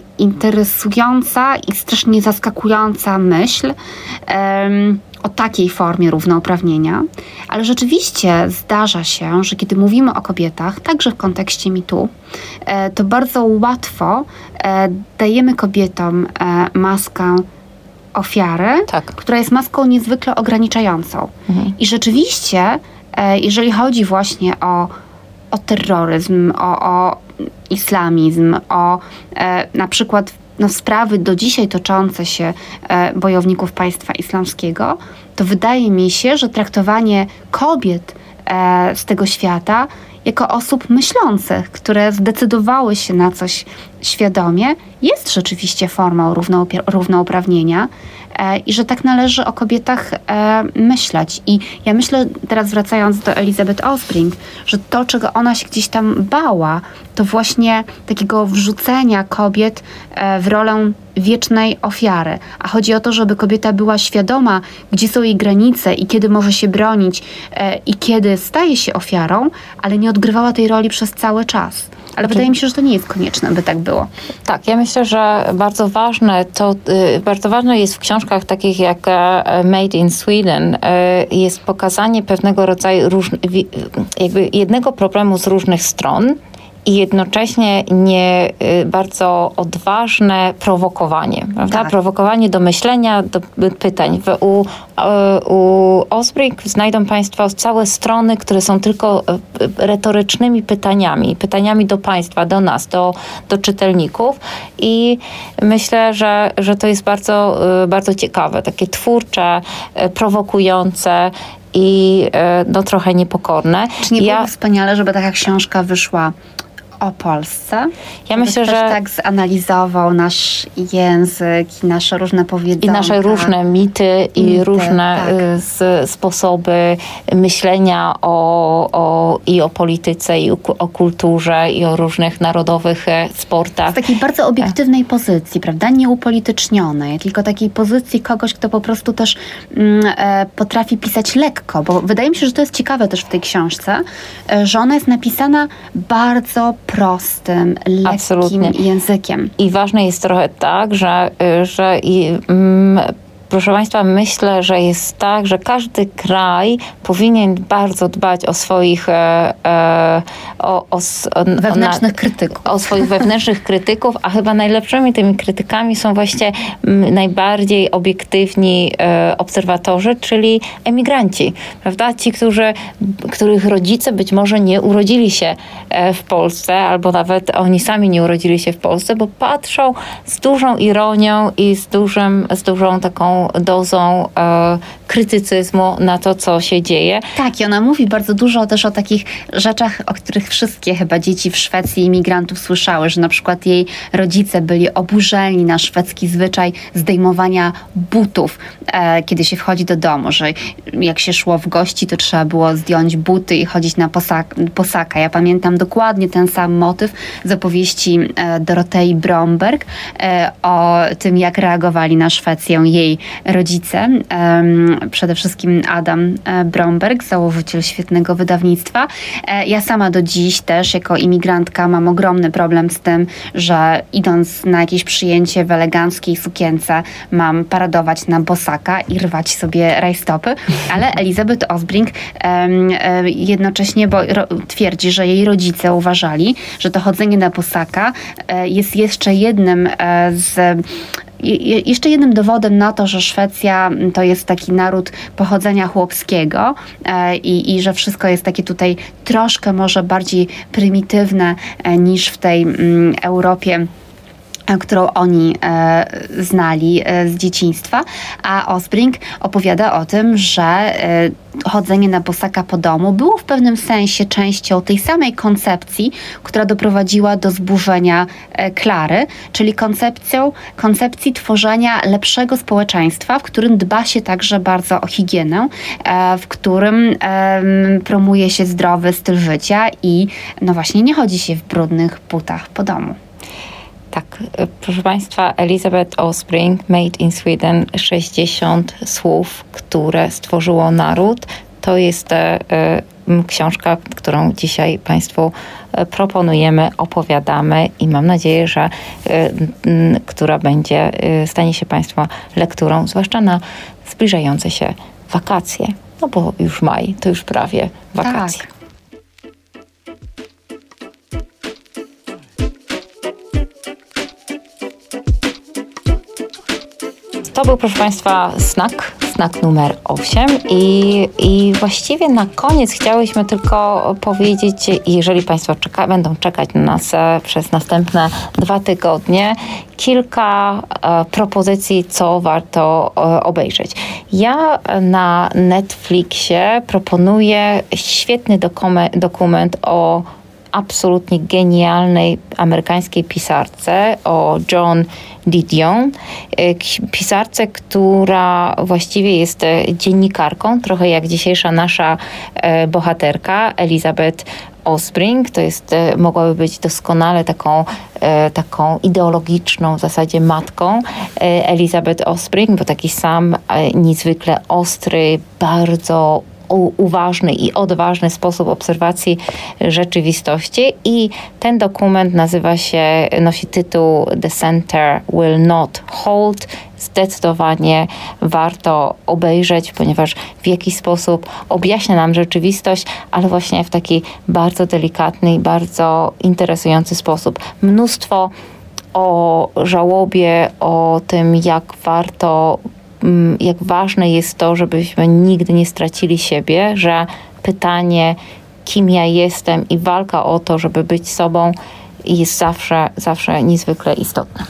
interesująca i strasznie zaskakująca myśl e, o takiej formie równouprawnienia, ale rzeczywiście zdarza się, że kiedy mówimy o kobietach, także w kontekście MeToo, e, to bardzo łatwo e, dajemy kobietom e, maskę ofiary, tak, która jest maską niezwykle ograniczającą. Mhm. I rzeczywiście, e, jeżeli chodzi właśnie o, o terroryzm, o, o islamizm, o e, na przykład no, sprawy do dzisiaj toczące się e, bojowników państwa islamskiego, to wydaje mi się, że traktowanie kobiet e, z tego świata jako osób myślących, które zdecydowały się na coś świadomie, jest rzeczywiście formą równoupra- równouprawnienia i że tak należy o kobietach myśleć. I ja myślę, teraz wracając do Elizabeth Osbrink, że to, czego ona się gdzieś tam bała, to właśnie takiego wrzucenia kobiet w rolę wiecznej ofiary. A chodzi o to, żeby kobieta była świadoma, gdzie są jej granice i kiedy może się bronić i kiedy staje się ofiarą, ale nie odgrywała tej roli przez cały czas. Ale wydaje mi się, że to nie jest konieczne, by tak było. Tak, ja myślę, że bardzo ważne to, bardzo ważne jest w książkach takich jak Made in Sweden jest pokazanie pewnego rodzaju róż, jakby jednego problemu z różnych stron i jednocześnie nie bardzo odważne prowokowanie, prawda? Tak. Prowokowanie do myślenia, do pytań. W, u, u Osbrink znajdą Państwo całe strony, które są tylko retorycznymi pytaniami, pytaniami do Państwa, do nas, do, do czytelników i myślę, że, że to jest bardzo, bardzo ciekawe, takie twórcze, prowokujące i no, trochę niepokorne. Czy nie ja... było wspaniale, żeby taka książka wyszła o Polsce? Ja myślę, że tak zanalizował nasz język i nasze różne powiedzonka. I nasze różne mity i mity, różne tak. z, sposoby myślenia o, o, i o polityce, i o, o kulturze, i o różnych narodowych sportach. Z takiej bardzo obiektywnej pozycji, prawda? Nieupolitycznionej, tylko takiej pozycji kogoś, kto po prostu też mm, e, potrafi pisać lekko, bo wydaje mi się, że to jest ciekawe też w tej książce, e, że ona jest napisana bardzo prostym, lekkim Absolutnie. językiem. I ważne jest trochę tak, że, że i, mm, proszę Państwa, myślę, że jest tak, że każdy kraj powinien bardzo dbać o swoich e, e, o, o, o, wewnętrznych na, krytyków. O swoich wewnętrznych krytyków, a chyba najlepszymi tymi krytykami są właśnie m, najbardziej obiektywni e, obserwatorzy, czyli emigranci, prawda? Ci, którzy, których rodzice być może nie urodzili się e, w Polsce, albo nawet oni sami nie urodzili się w Polsce, bo patrzą z dużą ironią i z, dużym, z dużą taką dozą e, krytycyzmu na to, co się dzieje. Tak, i ona mówi bardzo dużo też o takich rzeczach, o których wszystkie chyba dzieci w Szwecji imigrantów słyszały, że na przykład jej rodzice byli oburzeni na szwedzki zwyczaj zdejmowania butów, e, kiedy się wchodzi do domu, że jak się szło w gości, to trzeba było zdjąć buty i chodzić na posak- posaka. Ja pamiętam dokładnie ten sam motyw z opowieści e, Dorotei Bromberg e, o tym, jak reagowali na Szwecję jej rodzice. Przede wszystkim Adam Bromberg, założyciel świetnego wydawnictwa. Ja sama do dziś też jako imigrantka mam ogromny problem z tym, że idąc na jakieś przyjęcie w eleganckiej sukience mam paradować na bosaka i rwać sobie rajstopy, ale Elizabeth Osbrink jednocześnie bo twierdzi, że jej rodzice uważali, że to chodzenie na bosaka jest jeszcze jednym z Jeszcze jednym dowodem na to, że Szwecja to jest taki naród pochodzenia chłopskiego e, i, i że wszystko jest takie tutaj troszkę może bardziej prymitywne e, niż w tej mm, Europie, którą oni e, znali e, z dzieciństwa, a Osbrink opowiada o tym, że e, chodzenie na bosaka po domu było w pewnym sensie częścią tej samej koncepcji, która doprowadziła do zburzenia e, Klary, czyli koncepcją, koncepcji tworzenia lepszego społeczeństwa, w którym dba się także bardzo o higienę, e, w którym e, promuje się zdrowy styl życia i no właśnie nie chodzi się w brudnych butach po domu. Tak, proszę Państwa, Elizabeth Osbrink, Made in Sweden, sześćdziesiąt słów, które stworzyło naród. To jest e, książka, którą dzisiaj Państwu proponujemy, opowiadamy i mam nadzieję, że e, m, która będzie, e, stanie się Państwa lekturą, zwłaszcza na zbliżające się wakacje. No bo już maj, to już prawie wakacje. Tak. To był, proszę Państwa, snack, snack numer osiem i, i właściwie na koniec chciałyśmy tylko powiedzieć, jeżeli Państwo czeka, będą czekać na nas przez następne dwa tygodnie, kilka e, propozycji, co warto e, obejrzeć. Ja na Netflixie proponuję świetny dokument, dokument o absolutnie genialnej amerykańskiej pisarce, o Joan Didion. Pisarce, która właściwie jest dziennikarką, trochę jak dzisiejsza nasza bohaterka Elizabeth Ostring. To jest, mogłaby być doskonale taką, taką ideologiczną w zasadzie matką Elizabeth Ostring, bo taki sam niezwykle ostry, bardzo uważny i odważny sposób obserwacji rzeczywistości. I ten dokument nazywa się, nosi tytuł The Center Will Not Hold. Zdecydowanie warto obejrzeć, ponieważ w jakiś sposób objaśnia nam rzeczywistość, ale właśnie w taki bardzo delikatny i bardzo interesujący sposób. Mnóstwo o żałobie, o tym, jak warto jak ważne jest to, żebyśmy nigdy nie stracili siebie, że pytanie, kim ja jestem i walka o to, żeby być sobą, jest zawsze, zawsze niezwykle istotna.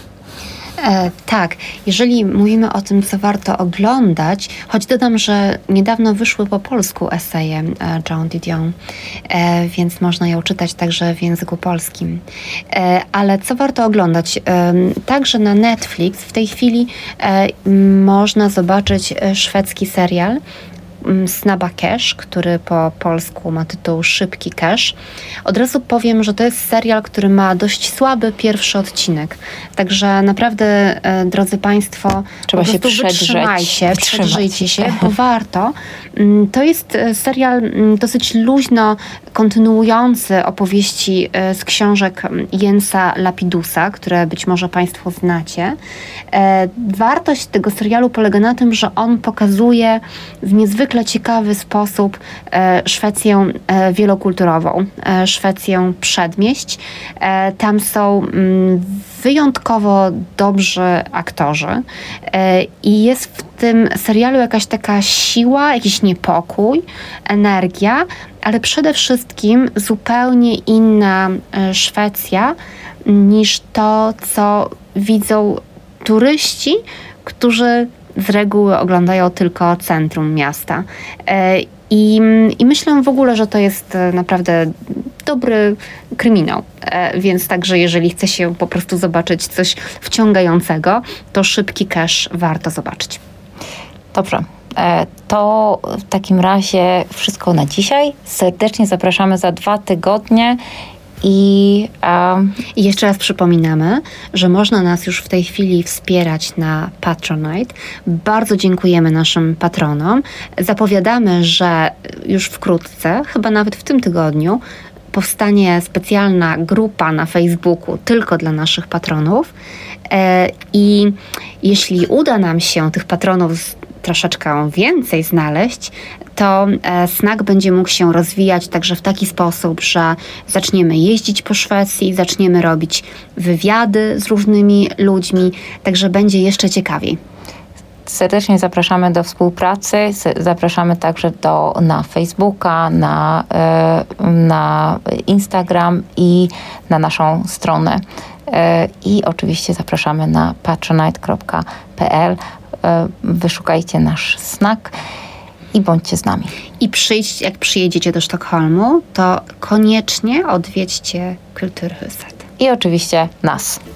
E, tak, jeżeli mówimy o tym, co warto oglądać, choć dodam, że niedawno wyszły po polsku eseje e, Joan Didion, e, więc można ją czytać także w języku polskim. E, ale co warto oglądać? E, także na Netflix w tej chwili e, można zobaczyć szwedzki serial Snabba Cash, który po polsku ma tytuł Szybki Cash. Od razu powiem, że to jest serial, który ma dość słaby pierwszy odcinek. Także naprawdę, e, drodzy Państwo, trzeba po się prostu przedrzeć, wytrzymajcie, wytrzymać. przedrzyjcie się, bo warto. To jest serial dosyć luźno kontynuujący opowieści z książek Jensa Lapidusa, które być może Państwo znacie. Wartość tego serialu polega na tym, że on pokazuje w niezwykle ciekawy sposób Szwecję wielokulturową, Szwecję przedmieść. Tam są wyjątkowo dobrzy aktorzy i jest w tym serialu jakaś taka siła, jakiś niepokój, energia, ale przede wszystkim zupełnie inna Szwecja niż to, co widzą turyści, którzy z reguły oglądają tylko centrum miasta. I, I myślę w ogóle, że to jest naprawdę dobry kryminał, więc także jeżeli chce się po prostu zobaczyć coś wciągającego, to Szybki Cash warto zobaczyć. Dobrze. To w takim razie wszystko na dzisiaj. Serdecznie zapraszamy za dwa tygodnie. I, um... I jeszcze raz przypominamy, że można nas już w tej chwili wspierać na Patronite. Bardzo dziękujemy naszym patronom. Zapowiadamy, że już wkrótce, chyba nawet w tym tygodniu, powstanie specjalna grupa na Facebooku tylko dla naszych patronów. I jeśli uda nam się tych patronów troszeczkę więcej znaleźć, to Snack będzie mógł się rozwijać także w taki sposób, że zaczniemy jeździć po Szwecji, zaczniemy robić wywiady z różnymi ludźmi, także będzie jeszcze ciekawiej. Serdecznie zapraszamy do współpracy, zapraszamy także do, na Facebooka, na, na Instagram i na naszą stronę. I oczywiście zapraszamy na patronite kropka p l. Wyszukajcie nasz Snack i bądźcie z nami. I przyjdź, jak przyjedziecie do Sztokholmu, to koniecznie odwiedźcie Kulturhuset. I oczywiście nas.